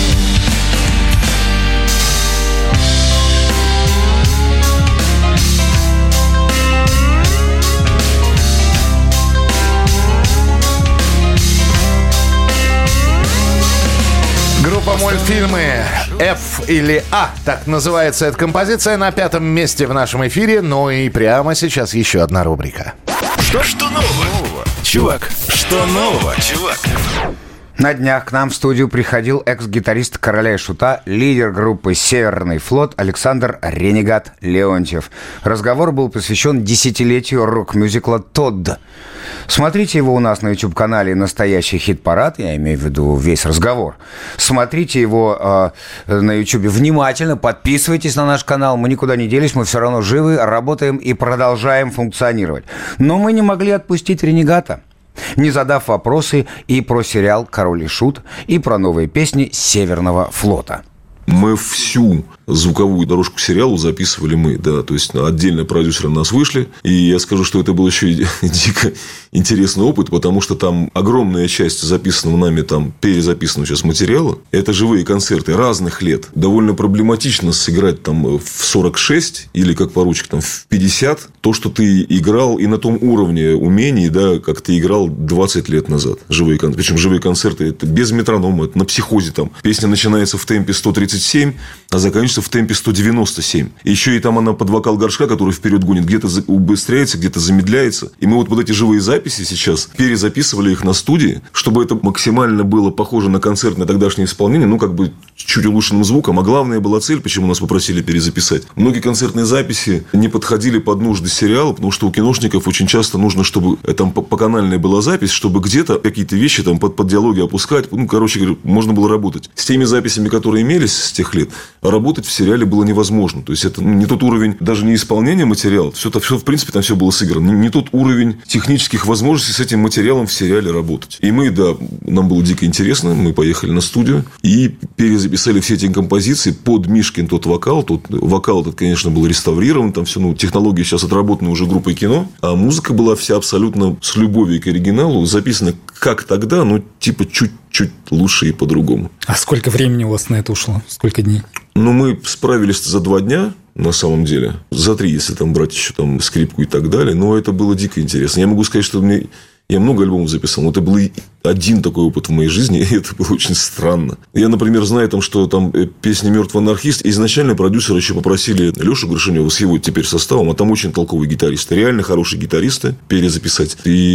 Группа мультфильмы F или А. Так называется эта композиция на 5-м месте в нашем эфире. Ну и прямо сейчас еще одна рубрика. Что нового? Чувак, что нового, чувак? На днях к нам в студию приходил экс-гитарист «Короля и Шута», лидер группы «Северный флот» Александр «Ренегат» Леонтьев. Разговор был посвящен десятилетию рок-мюзикла «Тодд». Смотрите его у нас на YouTube-канале «Настоящий хит-парад», я имею в виду весь разговор. Смотрите его на YouTube внимательно, подписывайтесь на наш канал, мы никуда не делись, мы все равно живы, работаем и продолжаем функционировать. Но мы не могли отпустить «Ренегата». не задав вопросы и про сериал «Король и Шут», и про новые песни «Северного флота». Мы всю звуковую дорожку к сериалу записывали мы, да, то есть отдельно продюсеры нас вышли, и я скажу, что это был еще и дико интересный опыт, потому что там огромная часть записанного нами, там перезаписанного сейчас материала, это живые концерты разных лет. Довольно проблематично сыграть там в 46 или, как поручик, там в 50 то, что ты играл и на том уровне умений, да, как ты играл 20 лет назад. Живые концерты. Причем живые концерты это без метронома, это на психозе там. Песня начинается в темпе 137, а заканчивается в темпе 197. Еще и там она под вокал горшка, который вперед гонит, где-то убыстряется, где-то замедляется. И мы вот эти живые записи сейчас перезаписывали их на студии, чтобы это максимально было похоже на концертное тогдашнее исполнение, ну, как бы чуть улучшенным звуком. А главная была цель, почему нас попросили перезаписать. Многие концертные записи не подходили под нужды сериала, потому что у киношников очень часто нужно, чтобы там поканальная была запись, чтобы где-то какие-то вещи там под диалоги опускать. Ну, короче говоря, можно было работать. С теми записями, которые имелись с тех лет, работать в сериале было невозможно. То есть, это не тот уровень даже не исполнения материала. Все, в принципе, там все было сыграно. Не тот уровень технических возможностей с этим материалом в сериале работать. И мы, да, нам было дико интересно. Мы поехали на студию и перезаписали все эти композиции под Мишкин тот вокал. Тот вокал этот, конечно, был реставрирован. Там все, технологии сейчас отработаны уже группой кино. А музыка была вся абсолютно с любовью к оригиналу. Записана как тогда, но типа чуть-чуть лучше и по-другому. А сколько времени у вас на это ушло? Сколько дней? Ну, мы справились за 2 дня, на самом деле. За 3, если там брать еще там скрипку и так далее. Но это было дико интересно. Я могу сказать, что я много альбомов записал, но это был один такой опыт в моей жизни, и это было очень странно. Я, например, знаю, там, что там песня «Мертвый анархист». Изначально продюсеры еще попросили Лешу Гришинева с его теперь составом, а там очень толковые гитаристы, реально хорошие гитаристы, перезаписать.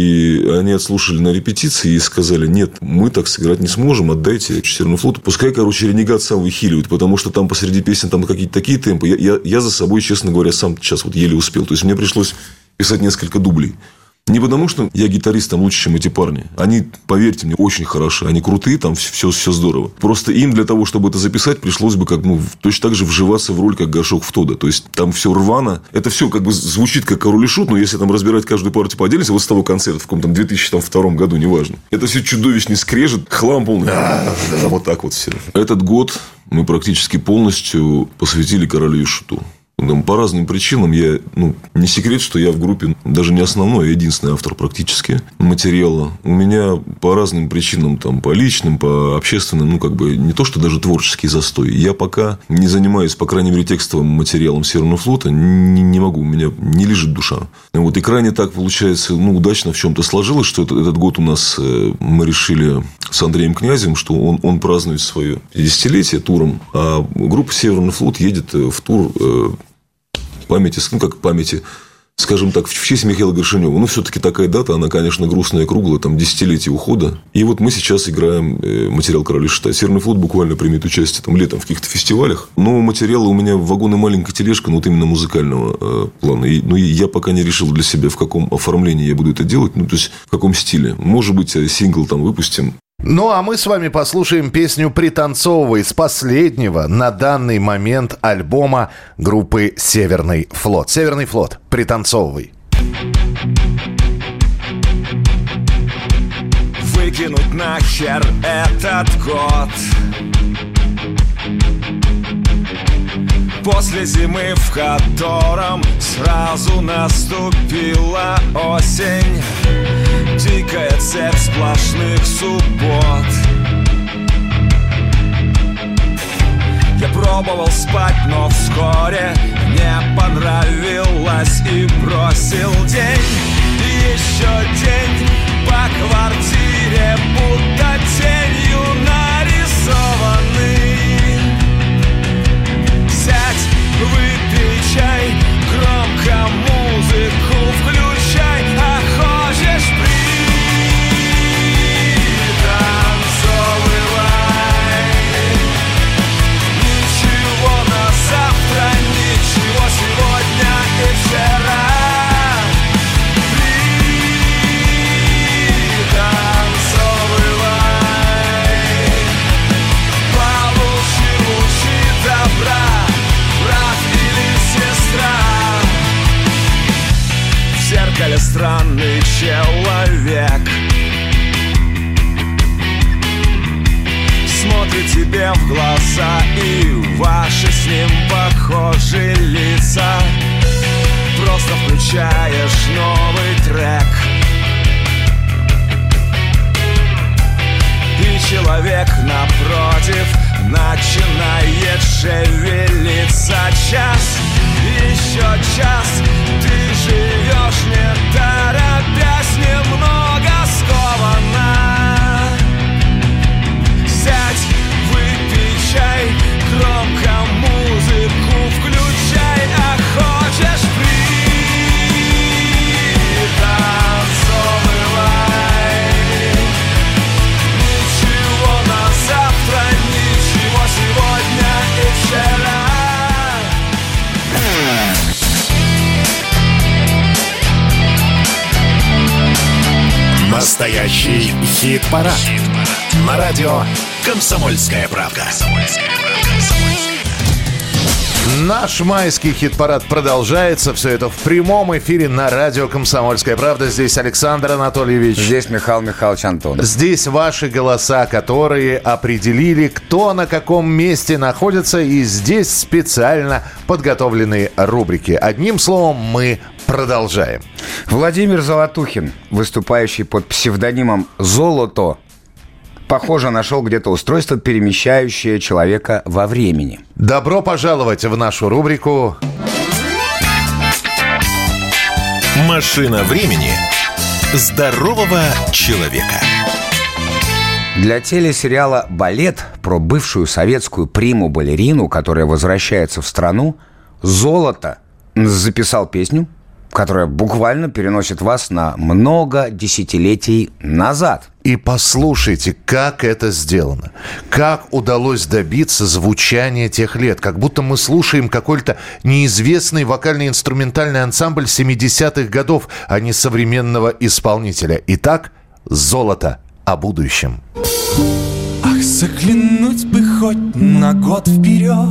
И они отслушали на репетиции и сказали: нет, мы так сыграть не сможем, отдайте Северному флоту. Пускай, «Ренегат» сам выхиливает, потому что там посреди песен там какие-то такие темпы. Я за собой, честно говоря, сам сейчас вот еле успел. То есть, мне пришлось писать несколько дублей. Не потому, что я гитарист там лучше, чем эти парни. Они, поверьте мне, очень хороши. Они крутые, там все здорово. Просто им для того, чтобы это записать, пришлось бы точно так же вживаться в роль, как горшок в Тодда. То есть, там все рвано. Это все как бы звучит как «Король и Шут», но если там разбирать каждую партию по отдельности, вот с того концерта, в каком-то 2002 году, неважно. Это все чудовищный скрежет, хлам полный. Вот так вот все. Этот год мы практически полностью посвятили «Королю и Шуту». По разным причинам. Не секрет, что я в группе даже не основной, а единственный автор практически материала. У меня по разным причинам, там, по личным, по общественным, не то, что даже творческий застой. Я пока не занимаюсь, по крайней мере, текстовым материалом Северного флота. Не могу, у меня не лежит душа. И крайне так получается, удачно в чем-то сложилось, что этот год у нас мы решили с Андреем Князем, что он празднует свое 50-летие туром, а группа Северный флот едет в тур памяти, скажем так, в честь Михаила Горшенева. Все-таки такая дата, она, конечно, грустная, круглая, там, 10-летие ухода. И вот мы сейчас играем материал «Короля и Шута». Северный флот буквально примет участие там летом в каких-то фестивалях. Но материала у меня вагон и маленькая тележка, именно музыкального плана. И я пока не решил для себя, в каком оформлении я буду это делать, то есть, в каком стиле. Может быть, сингл там выпустим. Ну, а мы с вами послушаем песню «Пританцовывай» с последнего на данный момент альбома группы «Северный флот». «Северный флот», «Пританцовывай». Выкинуть нахер этот год. После зимы, в котором сразу наступила осень, дикая цепь сплошных суббот. Я пробовал спать, но вскоре не понравилось и бросил день. Еще день по квартире, будто тенью нарисованный. Сядь, выпей чай, громко музыку включай, а хочешь ничего на завтра, ничего сегодня и вчера. Пританцовывай. себе в глаза, и ваши с ним похожи лица. Просто включаешь новый трек, и человек напротив начинает шевелиться. Час, еще час, ты живешь не торопясь, немного скованно. Сядь, выпей чай, громко музыку включай, а хочешь Настоящий хит-парад. На радио «Комсомольская правда». Наш майский хит-парад продолжается. Все это в прямом эфире на радио «Комсомольская правда». Здесь Александр Анатольевич. Здесь Михаил Михайлович Антонов. Здесь ваши голоса, которые определили, кто на каком месте находится. И здесь специально подготовленные рубрики. Одним словом, мы продолжаем. Владимир Золотухин, выступающий под псевдонимом «Золото», похоже, нашел где-то устройство, перемещающее человека во времени. Добро пожаловать в нашу рубрику «Машина времени здорового человека». Для телесериала «Балет» про бывшую советскую приму-балерину, которая возвращается в страну, «Золото» записал песню, которая буквально переносит вас на много десятилетий назад. И послушайте, как это сделано. Как удалось добиться звучания тех лет. Как будто мы слушаем какой-то неизвестный вокально-инструментальный ансамбль 70-х годов, а не современного исполнителя. Итак, «Золото» о будущем. Ах, заглянуть бы хоть на год вперед,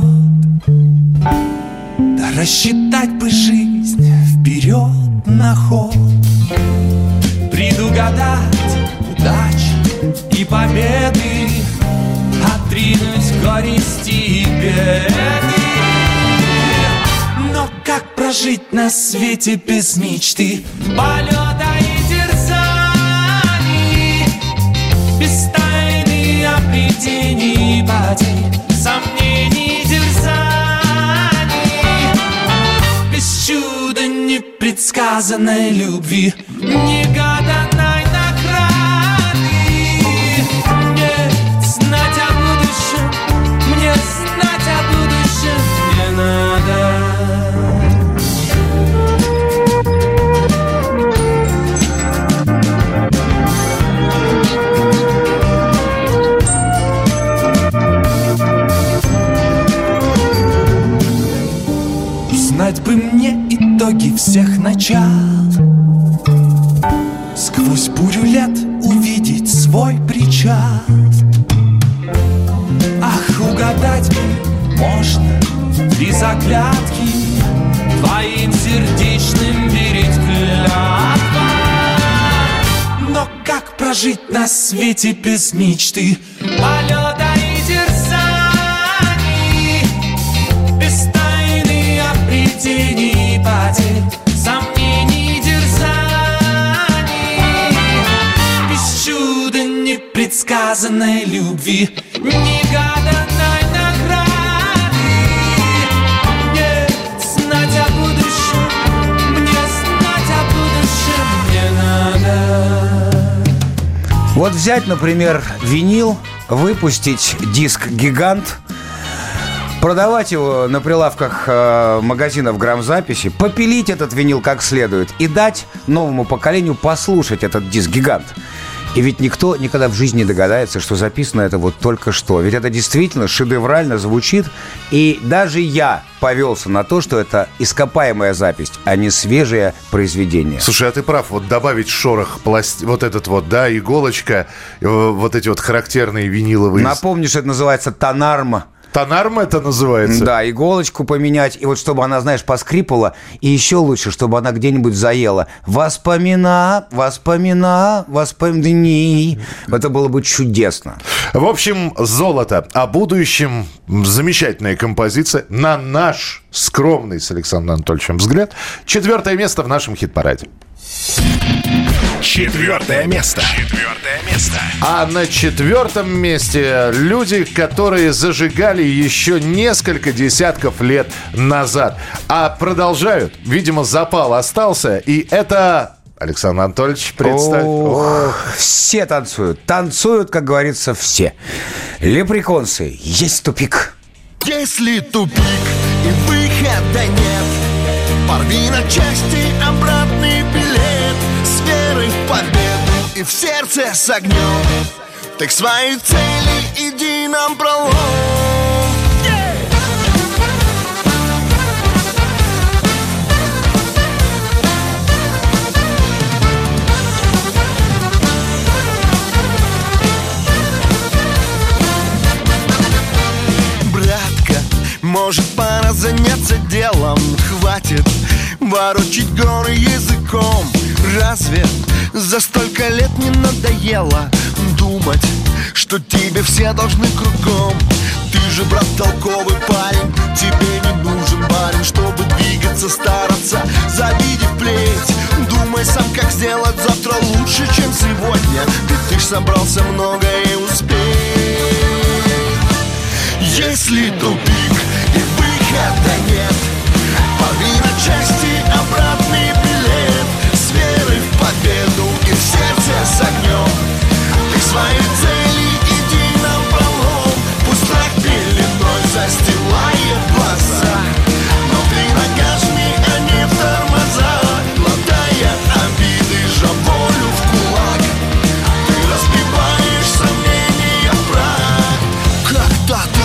да рассчитать бы жизнь вперед на ход, предугадать удачи и победы, отринуть горести и беды. Но как прожить на свете без мечты, полета и терзаний, без тайны обретений и потерь, сомнений и терзаний, без чуда непредсказанной любви, негаданной награды. Мне знать о будущем, мне знать о будущем не надо. Знать бы мне итоги всех начал, сквозь бурю лет увидеть свой причал. Ах, угадать бы можно три заглядки, твоим сердечным верить клятва. Но как прожить на свете без мечты, полета и терзаний, без тайны обретений и потерь, сомнений и терзаний, без чуда непредсказанной любви, негаданной награды. Мне знать о будущем, мне знать о будущем не надо. Вот взять, например, винил, выпустить диск «Гигант», продавать его на прилавках магазинов грамзаписи, попилить этот винил как следует и дать новому поколению послушать этот диск «Гигант». И ведь никто никогда в жизни не догадается, что записано это вот только что. Ведь это действительно шедеврально звучит. И даже я повелся на то, что это ископаемая запись, а не свежее произведение. Слушай, а ты прав. Вот добавить шорох, вот этот вот, да, иголочка, вот эти вот характерные виниловые... Напомню, что это называется тонарма. Тонарм это называется? Да, иголочку поменять, и вот чтобы она, знаешь, поскрипала, и еще лучше, чтобы она где-нибудь заела. Воспоминай. Это было бы чудесно. В общем, «Золото». О будущем замечательная композиция. На наш скромный с Александром Анатольевичем взгляд. 4 место в нашем хит-параде. 4 место. А на 4 месте люди, которые зажигали еще несколько десятков лет назад. А продолжают. Видимо, запал остался. И это... Александр Анатольевич, представь. Все танцуют. Танцуют, как говорится, все. Леприконсы. Есть тупик. Если тупик и выхода нет, порви на части обратный билет с верой в победу и в сердце с огнем. Ты к своей цели иди напролом. Может, пора заняться делом. Хватит ворочить горы языком. Разве за столько лет не надоело думать, что тебе все должны кругом? Ты же, брат, толковый парень, тебе не нужен барин, чтобы двигаться, стараться, завидев плеть. Думай сам, как сделать завтра лучше, чем сегодня, ведь ты ж собрался многое успеть. Если тупик и выхода нет, порви на части обратный билет с верой в победу и в сердце с огнем. Ты к своей цели иди напролом. Пусть страх пеленой застилает глаза, но ты нагажми, а не в тормоза. Глотая обиды, жа волю в кулак, ты разбиваешь сомнения в прах. Как-то так.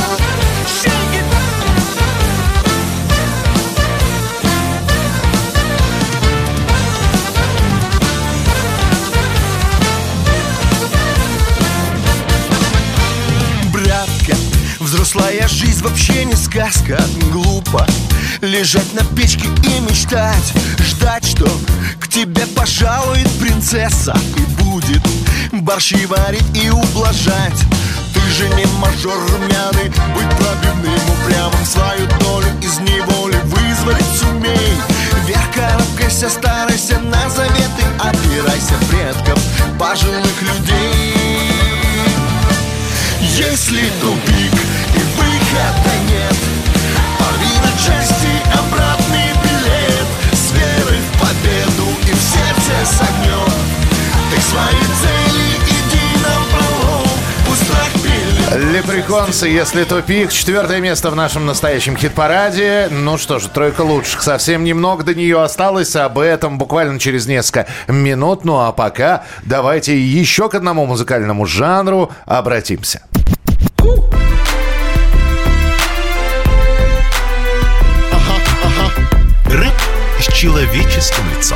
Взрослая жизнь вообще не сказка. Глупо лежать на печке и мечтать, ждать, что к тебе пожалует принцесса и будет борщи варить и ублажать. Ты же не мажор румяный, быть пробивным, упрямым, свою долю из неволи вызволить сумей. Вверх карабкайся, старайся на заветы, опирайся предков пожилых людей. Если тупик и выхода нет, порви на части обратный билет с верой в победу и в сердце с огнем. Ты к своей цели иди напролом. Пусть страх пилит. Леприконсы, если тупик. 4 место в нашем настоящем хит-параде. Ну что же, 3 лучших. Совсем немного до нее осталось. Об этом буквально через несколько минут. Ну а пока давайте еще к одному музыкальному жанру обратимся. Рэп с человеческим лицом.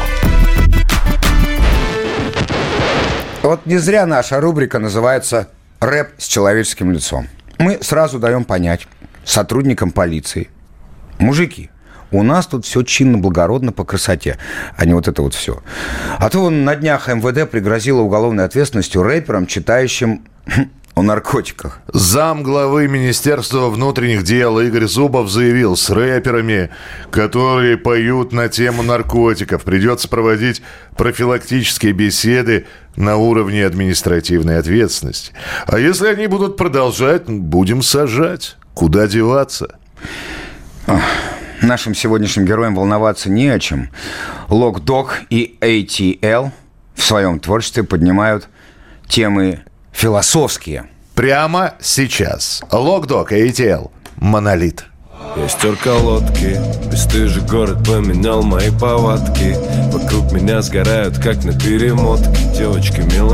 Вот не зря наша рубрика называется «Рэп с человеческим лицом». Мы сразу даем понять сотрудникам полиции: мужики, у нас тут все чинно-благородно по красоте, а не вот это вот все. А то вон на днях МВД пригрозило уголовной ответственностью рэперам, читающим о наркотиках. Замглавы Министерства внутренних дел Игорь Зубов заявил: с рэперами, которые поют на тему наркотиков, придется проводить профилактические беседы на уровне административной ответственности. А если они будут продолжать, будем сажать. Куда деваться? Нашим сегодняшним героям волноваться не о чем. Log Dog и ATL в своем творчестве поднимают темы философские. Прямо сейчас. Log Dog и ATL. Монолит. Я стер колодки, бесстыжий город поменял мои повадки. Вокруг меня сгорают, как на перемотке.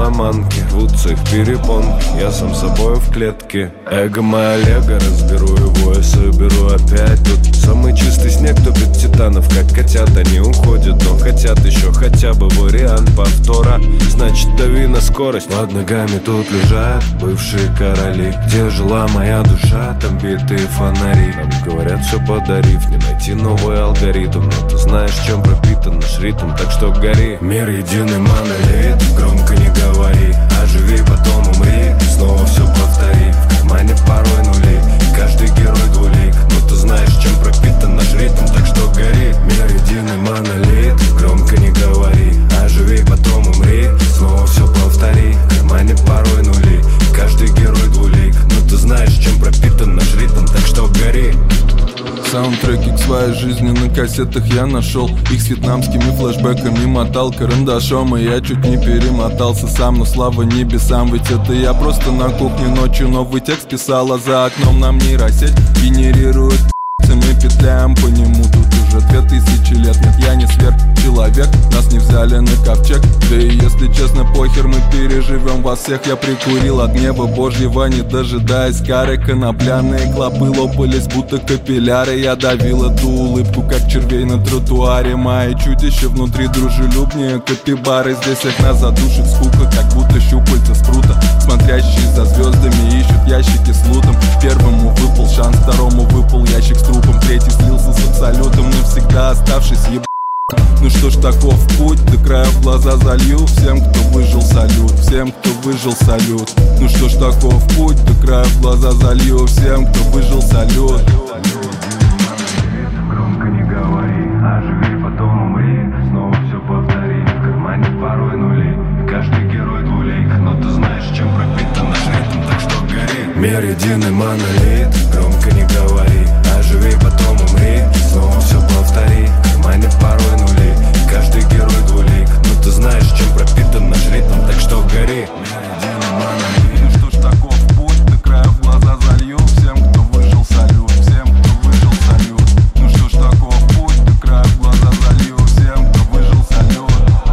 Девочки-меломанки рвутся их перепонки. Я сам собой в клетке. Эго моя лего, разберу его его я соберу опять. Тут самый чистый снег топит титанов, как котят. Они уходят, но хотят еще хотя бы вариант повтора. Значит, дави на скорость. Под ногами тут лежат бывшие короли. Где жила моя душа, там битые фонари. Нам говорят, все подарив, не найти новый алгоритм. Но ты знаешь, чем пропитан наш ритм, так что гори. Мир единый монолит, громко не говори. Оживи, потом умри, снова все повтори. В кармане порой нули, каждый герой двулик. Но ты знаешь, чем пропитан наш ритм, так что гори. Мир единый монолит, громко не говори. Оживи, потом умри, снова все повтори. В кармане порой нули, каждый герой двулик. Но ты знаешь, чем пропитан наш ритм, так что гори. Саундтреки к своей жизни на кассетах я нашел. Их с вьетнамскими флешбэками мотал карандашом. И я чуть не перемотался сам, но слава небесам. Ведь это я просто на кухне ночью новый текст писал. А за окном нам нейросеть генерирует и мы петляем по нему. Тут уже 2000 лет, нет, я не сверхчеловек. Нас не взяли на ковчег. Да и если честно, похер, мы переживем вас всех. Я прикурил от неба Божьего, не дожидаясь кары. Конопляные клопы лопались, будто капилляры. Я давил эту улыбку, как червей на тротуаре. Мои чудища внутри дружелюбнее капибары. Здесь их нас задушит скука, как будто щупальца спрута. Смотрящие за звездами ищут ящики с лутом. Первому выпал шанс, второму выпал ящик с трупом. Третий слился с абсолютом, навсегда оставшись еб... Ну что ж, таков путь, до краев глаза залью. Всем, кто выжил, салют, всем, кто выжил, салют. Ну что ж, таков путь, до краев глаза залью. Всем, кто выжил, салют. Громко не говори, оживи, потом умри. Снова все повтори, в кармане порой нули. Каждый герой двулик, но ты знаешь, чем пропитан наш ритм, так что гори. Мир единый монолит, громко не говори. Оживи, потом умри, снова все повтори. В кармане порой нули, каждый герой двулик. Но ты знаешь, чем пропитан наш ритм, так что гори. Мир единый монолит. Ну что ж, таков путь, до краев глаза залью. Всем, кто выжил, салют, всем, кто выжил, салют. Ну что ж, таков путь, до краев глаза залью. Всем, кто выжил, салют.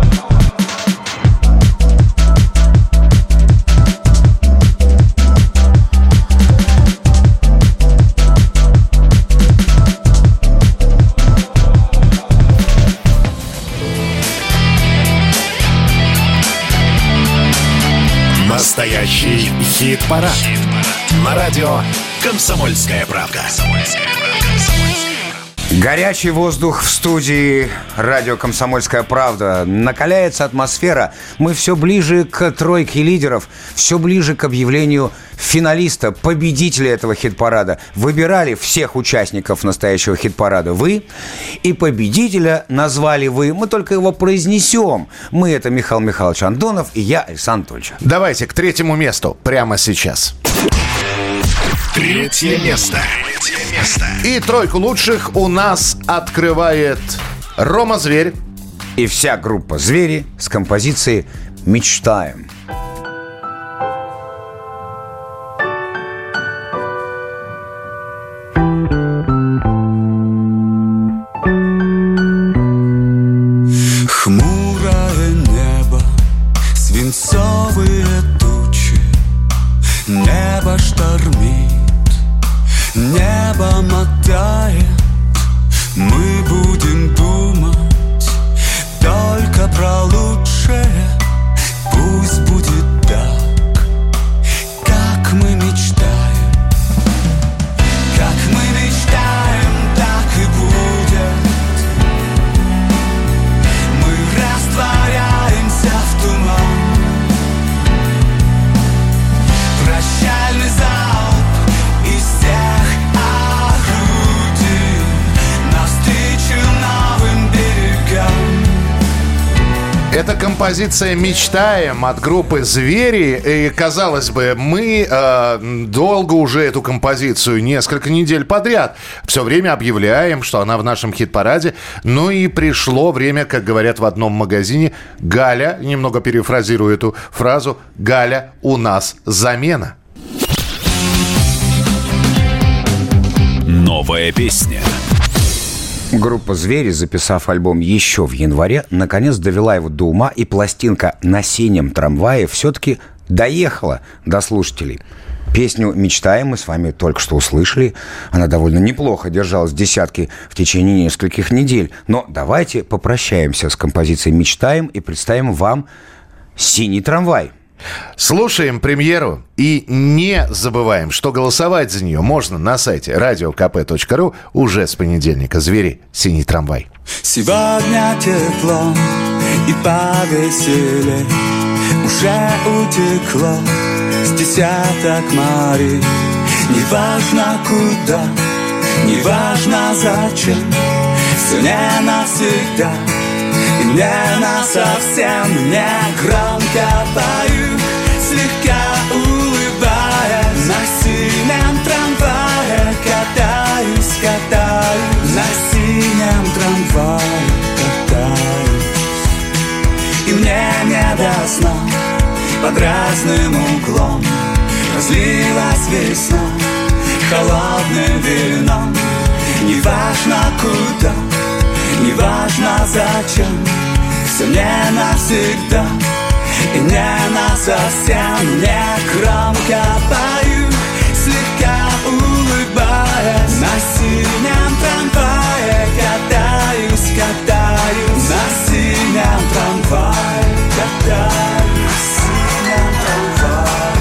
Настоящий хит-парад. На радио «Комсомольская правда». Горячий воздух в студии радио «Комсомольская правда». Накаляется атмосфера. Мы все ближе к тройке лидеров, все ближе к объявлению финалиста, победителя этого хит-парада. Выбирали всех участников настоящего хит-парада вы, и победителя назвали вы. Мы только его произнесем. Мы — это Михаил Михайлович Антонов и я, Александр Анатольевич. Давайте к третьему месту прямо сейчас. Третье место. И тройку лучших у нас открывает Рома Зверь. И вся группа «Звери» с композицией «Мечтаем». Хмурое небо, свинцовые тучи, небо штормит, небо мотает. Мы будем думать только про лучшее. Пусть будет так, как мы мечтаем. Как мы мечтаем, так и будет. Мы растворяемся в туман. Прощальный залп из всех орудий навстречу новым берегам. Это композиция «Мечтаем» от группы «Звери». И, казалось бы, мы долго уже эту композицию, несколько недель подряд, все время объявляем, что она в нашем хит-параде. Ну и пришло время, как говорят в одном магазине, Галя, немного перефразирую эту фразу, Галя, у нас замена. Новая песня. Группа «Звери», записав альбом еще в январе, наконец довела его до ума, и пластинка «На синем трамвае» все-таки доехала до слушателей. Песню «Мечтаем» мы с вами только что услышали. Она довольно неплохо держалась в десятке в течение нескольких недель. Но давайте попрощаемся с композицией «Мечтаем» и представим вам «Синий трамвай». Слушаем премьеру и не забываем, что голосовать за нее можно на сайте radiokp.ru уже с понедельника. Звери, «Синий трамвай». Сегодня тепло и повеселее, уже утекло с десяток морей. Неважно куда, неважно зачем, все не навсегда и не насовсем. Мне громко пою, слегка улыбаясь, на синем трамвае катаюсь, катаюсь, на синем трамвае катаюсь. И мне не до сна, под разным углом разлилась весна холодным вином. Неважно куда, неважно зачем, все не навсегда и не насовсем. Мне громко пою, слегка улыбаясь, на синем трамвае катаюсь, катаюсь, на синем трамвае катаюсь, на синем трамвае.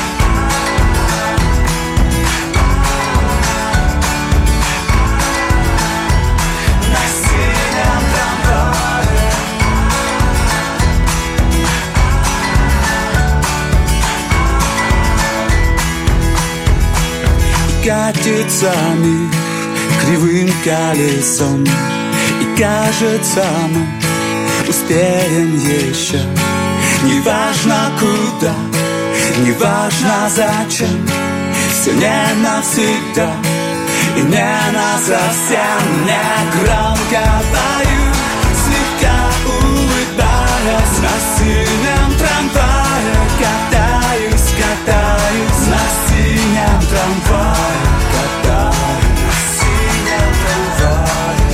Катится мир кривым колесом, и кажется, мы успеем еще. Неважно куда, неважно зачем, все не навсегда и не насовсем. Мне громко пою, слегка улыбаясь, на синем трамвае катаюсь, катаюсь, на синем трамвае катаюсь, на синем трамвае.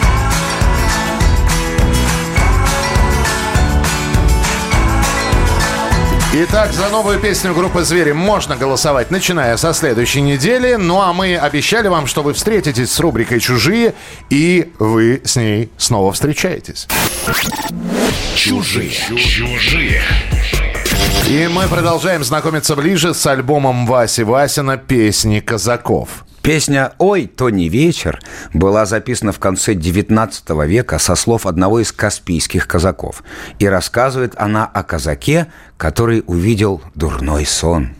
Итак, за новую песню группы «Звери» можно голосовать, начиная со следующей недели. Ну, а мы обещали вам, что вы встретитесь с рубрикой «Чужие», и вы с ней снова встречаетесь. Чужие. Чужие. И мы продолжаем знакомиться ближе с альбомом Васи Васина «Песни казаков». Песня «Ой, то не вечер» была записана в конце XIX века со слов одного из каспийских казаков. И рассказывает она о казаке, который увидел дурной сон.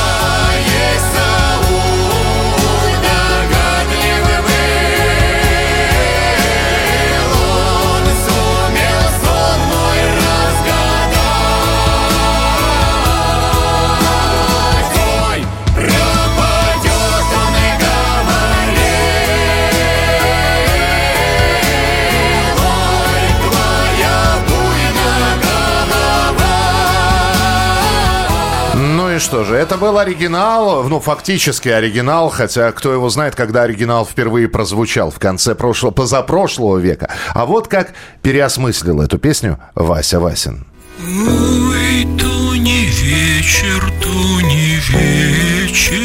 Что же, это был оригинал, ну, фактически оригинал, хотя кто его знает, когда оригинал впервые прозвучал, в конце позапрошлого века. А вот как переосмыслил эту песню Вася Васин. Ой, то не вечер, то не вечер,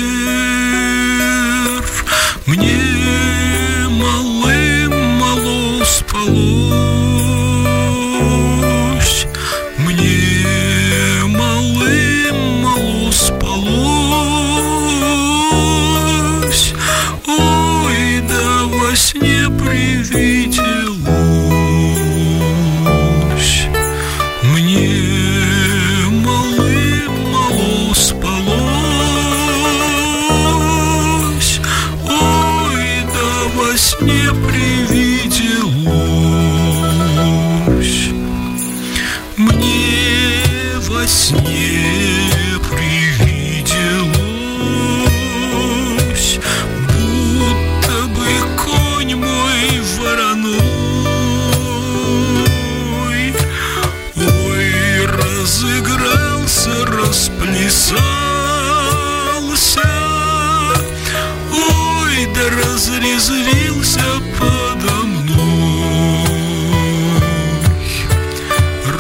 мне малым мало спалось, мне малым мало спалось. Ой, да во сне привиделось мне малым мало спалось. Ой, да во сне привиделось мне во сне привиделось, будто бы конь мой вороной. Ой, разыгрался, расплясался, ой, да разрезвился подо мной.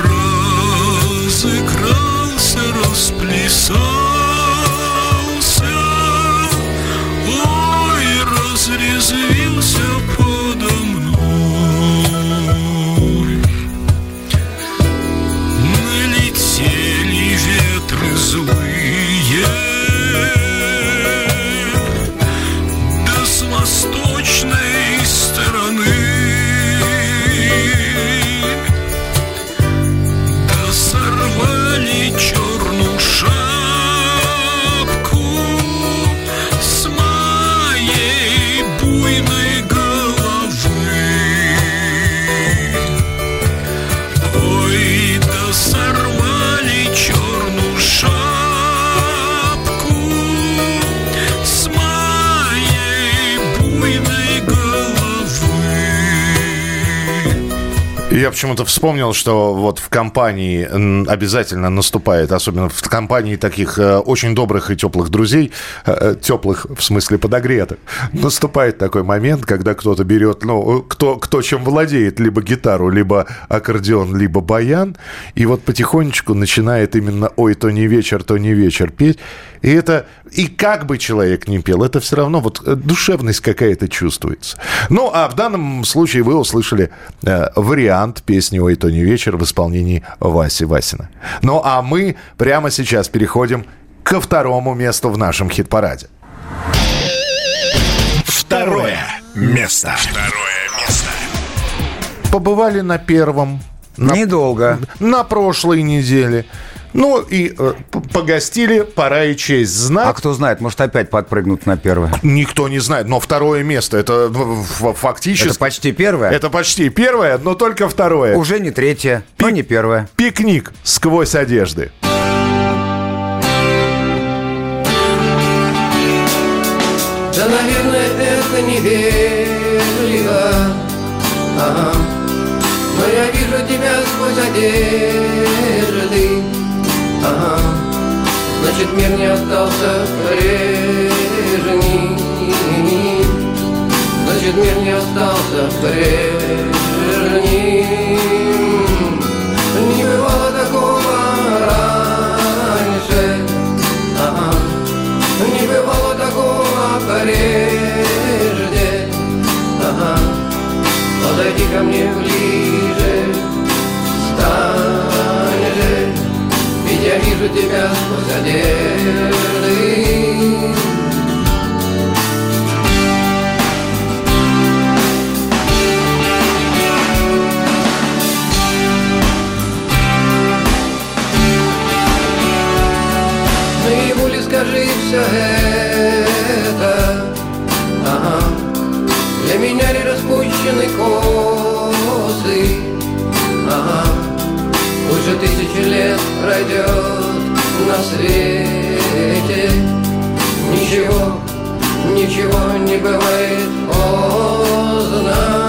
Разыгрался, расплясался, Я почему-то вспомнил, что вот в компании обязательно наступает, особенно в компании таких очень добрых и теплых друзей, теплых в смысле подогретых, наступает такой момент, когда кто-то берет, кто чем владеет, либо гитару, либо аккордеон, либо баян, и вот потихонечку начинает именно «Ой, то не вечер петь». И это, и как бы человек ни пел, это все равно вот душевность какая-то чувствуется. Ну, а в данном случае вы услышали вариант песни «Ой, то не вечер» в исполнении Васи Васина. Ну, а мы прямо сейчас переходим ко второму месту в нашем хит-параде. Второе место. Побывали на первом. Недолго. На прошлой неделе. Ну и погостили, пора и честь знать. А кто знает, может опять подпрыгнут на первое? Никто не знает, но второе место, это фактически... Это почти первое? Это почти первое, но только второе. Уже не третье, но не первое. «Пикник сквозь одежды». Да, наверное, это невежливо, ага. Но я вижу тебя сквозь одежды, ага. Значит, мир не остался прежним. Значит, мир не остался прежним. Не бывало такого раньше, ага. Не бывало такого прежде, ага. Подойди ко мне ближе, стань же, ведь я вижу тебя сквозь одежды. Наяву ли скажи все это, ага. Для меня ли распущены косы, ага. Уже 1000 лет пройдет на свете. Ничего, ничего не бывает поздно.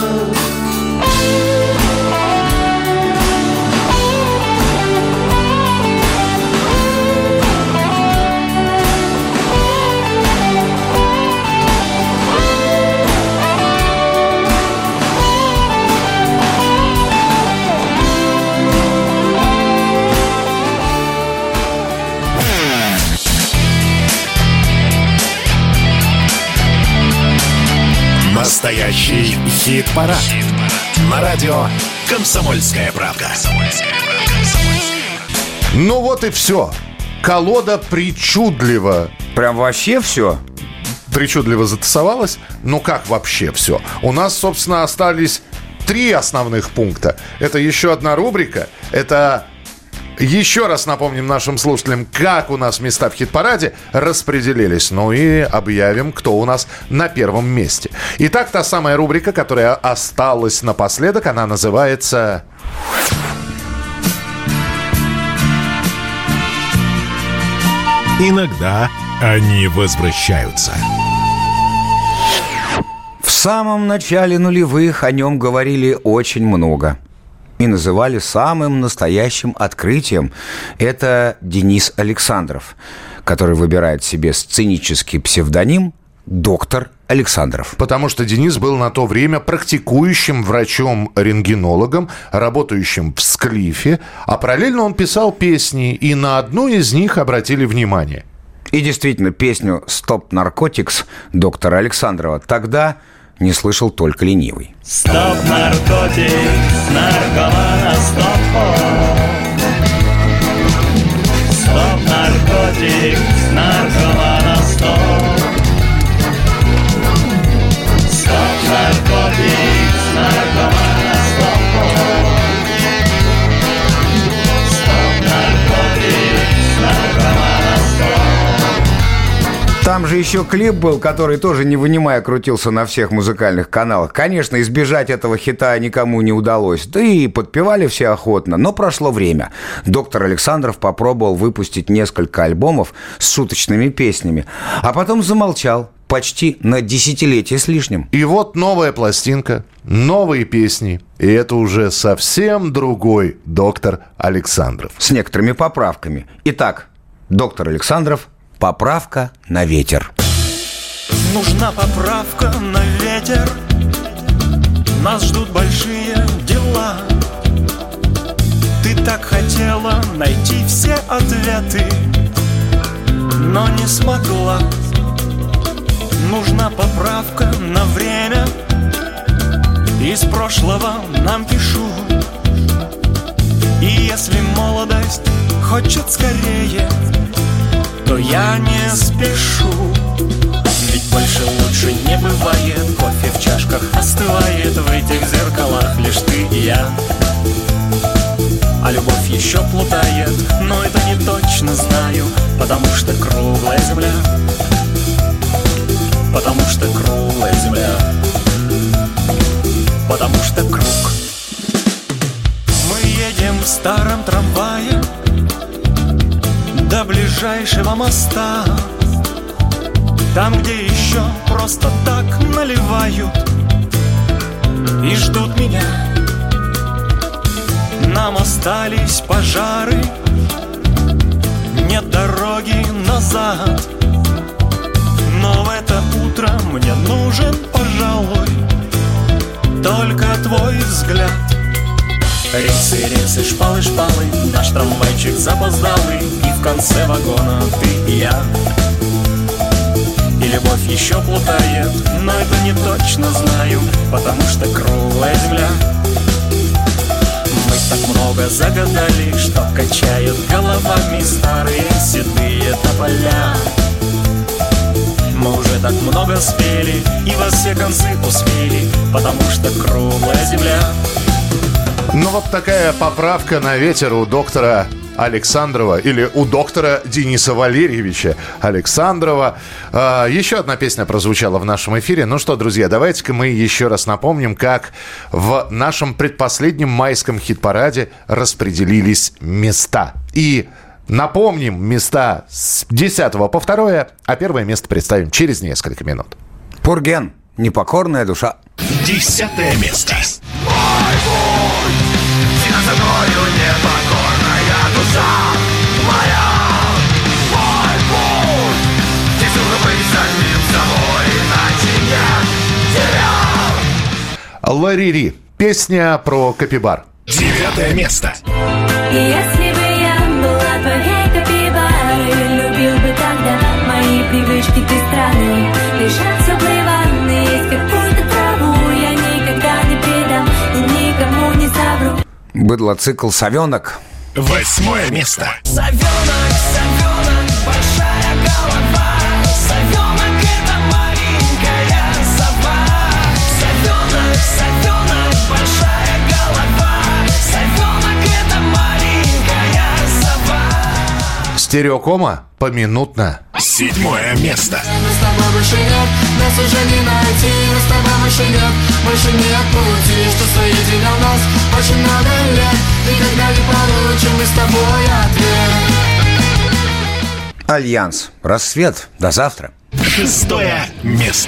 Настоящий хит-парад. На радио «Комсомольская правда». Ну вот и все. Колода причудливо. Прям вообще все? Причудливо затасовалась. Ну как вообще все? У нас, собственно, остались 3 основных пункта. Это еще одна рубрика. Это... Еще раз напомним нашим слушателям, как у нас места в хит-параде распределились. Ну и объявим, кто у нас на первом месте. Итак, та самая рубрика, которая осталась напоследок, она называется... Иногда они возвращаются. В самом начале нулевых о нем говорили очень много. И называли самым настоящим открытием. Это Денис Александров, который выбирает себе сценический псевдоним «Доктор Александров». Потому что Денис был на то время практикующим врачом-рентгенологом, работающим в Склифе, а параллельно он писал песни, и на одну из них обратили внимание. И действительно, песню «Стоп Наркотикс» доктора Александрова тогда не слышал только ленивый. Стоп, наркотик, наркомана, стоп. Стоп, наркотик, наркомана, стоп. Стоп, наркотик, наркомана, стоп. Стоп, наркотик, наркомана, стоп. Там же еще клип был, который тоже не вынимая крутился на всех музыкальных каналах. Конечно, избежать этого хита никому не удалось. Да и подпевали все охотно. Но прошло время. Доктор Александров попробовал выпустить несколько альбомов с шуточными песнями. А потом замолчал. почти на десятилетие с лишним. И вот новая пластинка, новые песни. И это уже совсем другой доктор Александров. С некоторыми поправками. Итак, доктор Александров, поправка на ветер. Нужна поправка на ветер. Нас ждут большие дела. Ты так хотела найти все ответы, но не смогла. Нужна поправка на время. Из прошлого нам пишут. И если молодость хочет скорее, то я не спешу. Ведь больше лучше не бывает. Кофе в чашках остывает. В этих зеркалах лишь ты и я. А любовь еще плутает, но это не точно знаю, потому что круглая земля. Потому что круглая земля. Потому что круг. Мы едем в старом трамвае до ближайшего моста. Там, где еще просто так наливают и ждут меня. Нам остались пожары, нет дороги назад. Но в это утро мне нужен, пожалуй, только твой взгляд. Рельсы, рельсы, шпалы, шпалы, наш трамвайчик запоздалый, и в конце вагона ты и я. И любовь еще плутает, но это не точно знаю, потому что круглая земля. Мы так много загадали, что качают головами старые седые тополя. Мы уже так много спели и во все концы успели, потому что круглая земля. Ну вот такая поправка на ветер у доктора Александрова или у доктора Дениса Валерьевича Александрова. Еще одна песня прозвучала в нашем эфире. Ну что, друзья, давайте-ка мы еще раз напомним, как в нашем предпоследнем майском хит-параде распределились места. И напомним места с 10 по 2, а первое место представим через несколько минут. Пурген, непокорная душа. 10 место. Мой путь, тебя за мною непокорная душа моя. Мой путь, здесь нужно быть самим собой, иначе нет тебя. Ларири, песня про капибар. 9 место. Если бы я была твоей капибарой, любил бы тогда мои привычки ты странные. Дышать в теплой ванной, есть какую-то траву, я никогда не предам и никому не совру. Быдлоцикл «Совенок». 8 место. Совенок, совенок, большая голова. Совенок — это маленькая сова. Совенок, совенок, большая голова. Совенок — это маленькая сова. Стереокома поминутно. 7 место. Нас с тобой больше нет, нас уже не найти. Нас с тобой больше нет пути, что соединял нас очень много лет. Никогда не получим мы с тобой ответ. Альянс. Рассвет. До завтра. 6 место.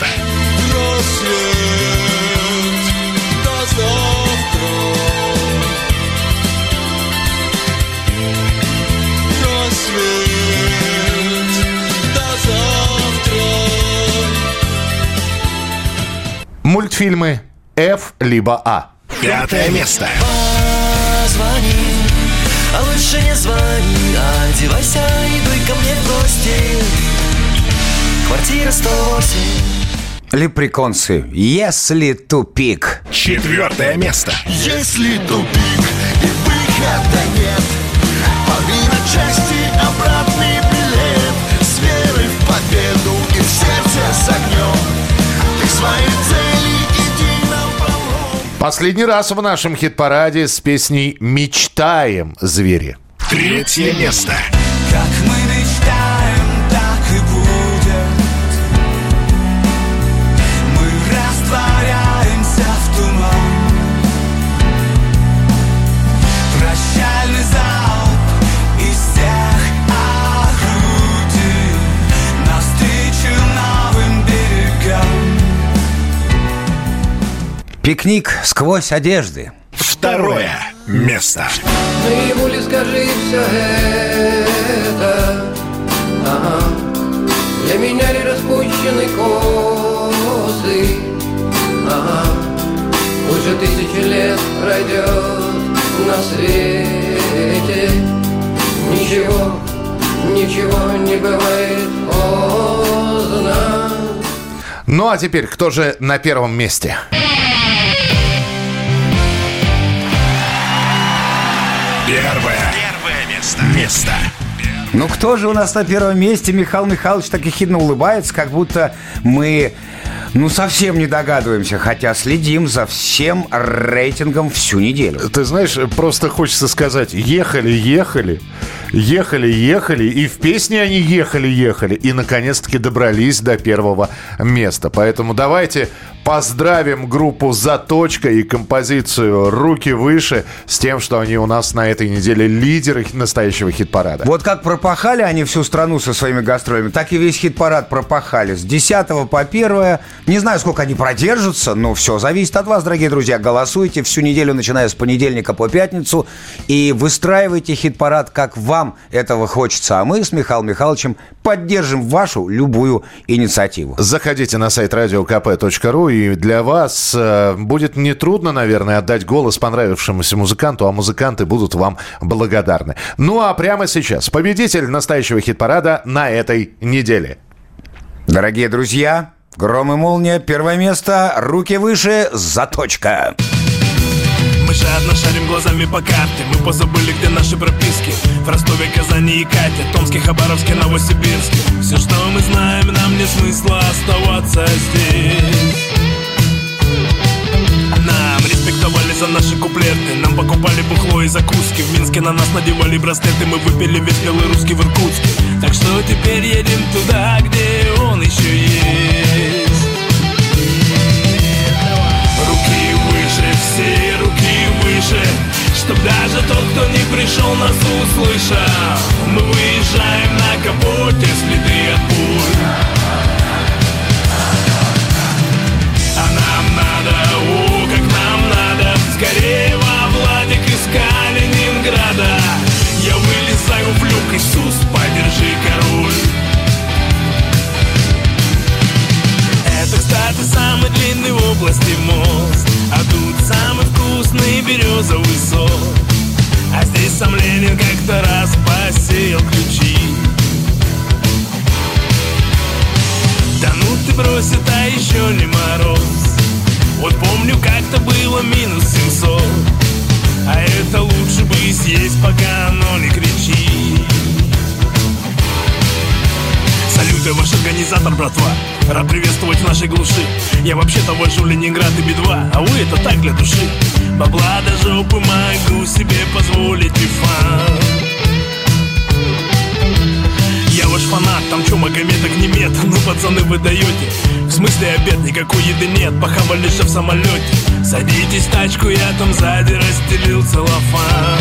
Мультфильмы F либо А. 5 место. Позвони, а лучше не звони, одевайся и дуй ко мне в гости. Квартира 108. Леприконсы. Если тупик. 4 место. Если тупик и выхода нет, половина части обратный билет. С верой в победу и в сердце с огнем. Ты свои цели иди напролом. Последний раз в нашем хит-параде с песней «Мечтаем, звери». 3 место. Как мы мечтаем, так и будет. Мы растворяемся в туман. Прощальный залп из всех орудий навстречу новым берегам. Пикник сквозь одежды. Второе место. Наяву ли скажи все это? Ага. Для меня ли распущены косы? Ага. Уже 1000 лет пройдет на свете. Ничего, ничего не бывает поздно. Ну а теперь, кто же на первом месте? Первое место. Ну кто же у нас на первом месте? Михаил Михайлович так ехидно улыбается, как будто мы... совсем не догадываемся, хотя следим за всем рейтингом всю неделю. Ты знаешь, просто хочется сказать, ехали, и в песне они ехали, и наконец-таки добрались до первого места. Поэтому давайте поздравим группу «Заточка» и композицию «Руки выше» с тем, что они у нас на этой неделе лидеры настоящего хит-парада. Вот как пропахали они всю страну со своими гастролями, так и весь хит-парад пропахали. С 10 по 1. Не знаю, сколько они продержатся, но все зависит от вас, дорогие друзья. Голосуйте всю неделю, начиная с понедельника по пятницу, и выстраивайте хит-парад, как вам этого хочется. А мы с Михаилом Михайловичем поддержим вашу любую инициативу. Заходите на сайт radiokp.ru, и для вас будет нетрудно, наверное, отдать голос понравившемуся музыканту, а музыканты будут вам благодарны. Ну а прямо сейчас победитель настоящего хит-парада на этой неделе. Дорогие друзья, «Гром и молния», первое место, «Руки выше», «Заточка». Мы жадно шарим глазами по карте. Мы позабыли, где наши прописки. В Ростове, Казани и Кате, Томске, Хабаровске, Новосибирске. Все, что мы знаем, нам нет смысла оставаться здесь. Нам респектовали за наши куплеты. Нам покупали бухло и закуски. В Минске на нас надевали браслеты. Мы выпили весь белый русский в Иркутске. Так что теперь едем туда, где он еще есть. Руки выше, все руки выше, чтоб даже тот, кто не пришел, нас услышал. Мы выезжаем на капоте, следы от пуль. А нам надо, как нам надо, скорее во Владик из Калининграда. Я вылезаю в люк, Иисус, подержи-ка руль. Это, кстати, самый длинный в области мост, а тут самый вкусный березовый сок. А здесь сам Ленин как-то раз посеял ключи. Да ну ты брось, это еще не мороз. Вот помню, как-то было минус 700, а это лучше бы съесть, пока оно не кричит. Салюты, ваш организатор, братва. Рад приветствовать в нашей глуши. Я вообще-то вожу Ленинград и Би-2, а вы это так для души. Бабла до жопы могу себе позволить и фан. Я ваш фанат, там чё, Магомед, огнемет. Ну, пацаны, вы даете. В смысле обед, никакой еды нет. Похавали же в самолете. Садитесь в тачку, я там сзади расстелил целлофан.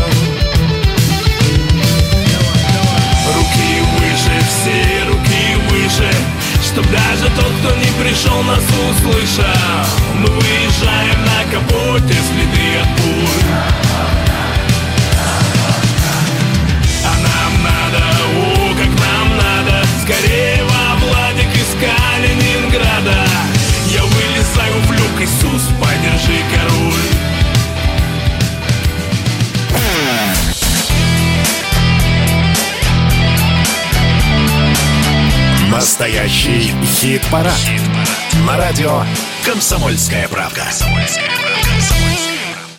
Руки выше, все руки выше, чтоб даже тот, кто не пришел, нас услышал. Мы выезжаем на капоте, следы от пуль. А нам надо, как нам надо, скорее во Владик из Калининграда. Я вылезаю в люк, Иисус, подержи-ка руль. Настоящий хит-парад. На радио «Комсомольская правда».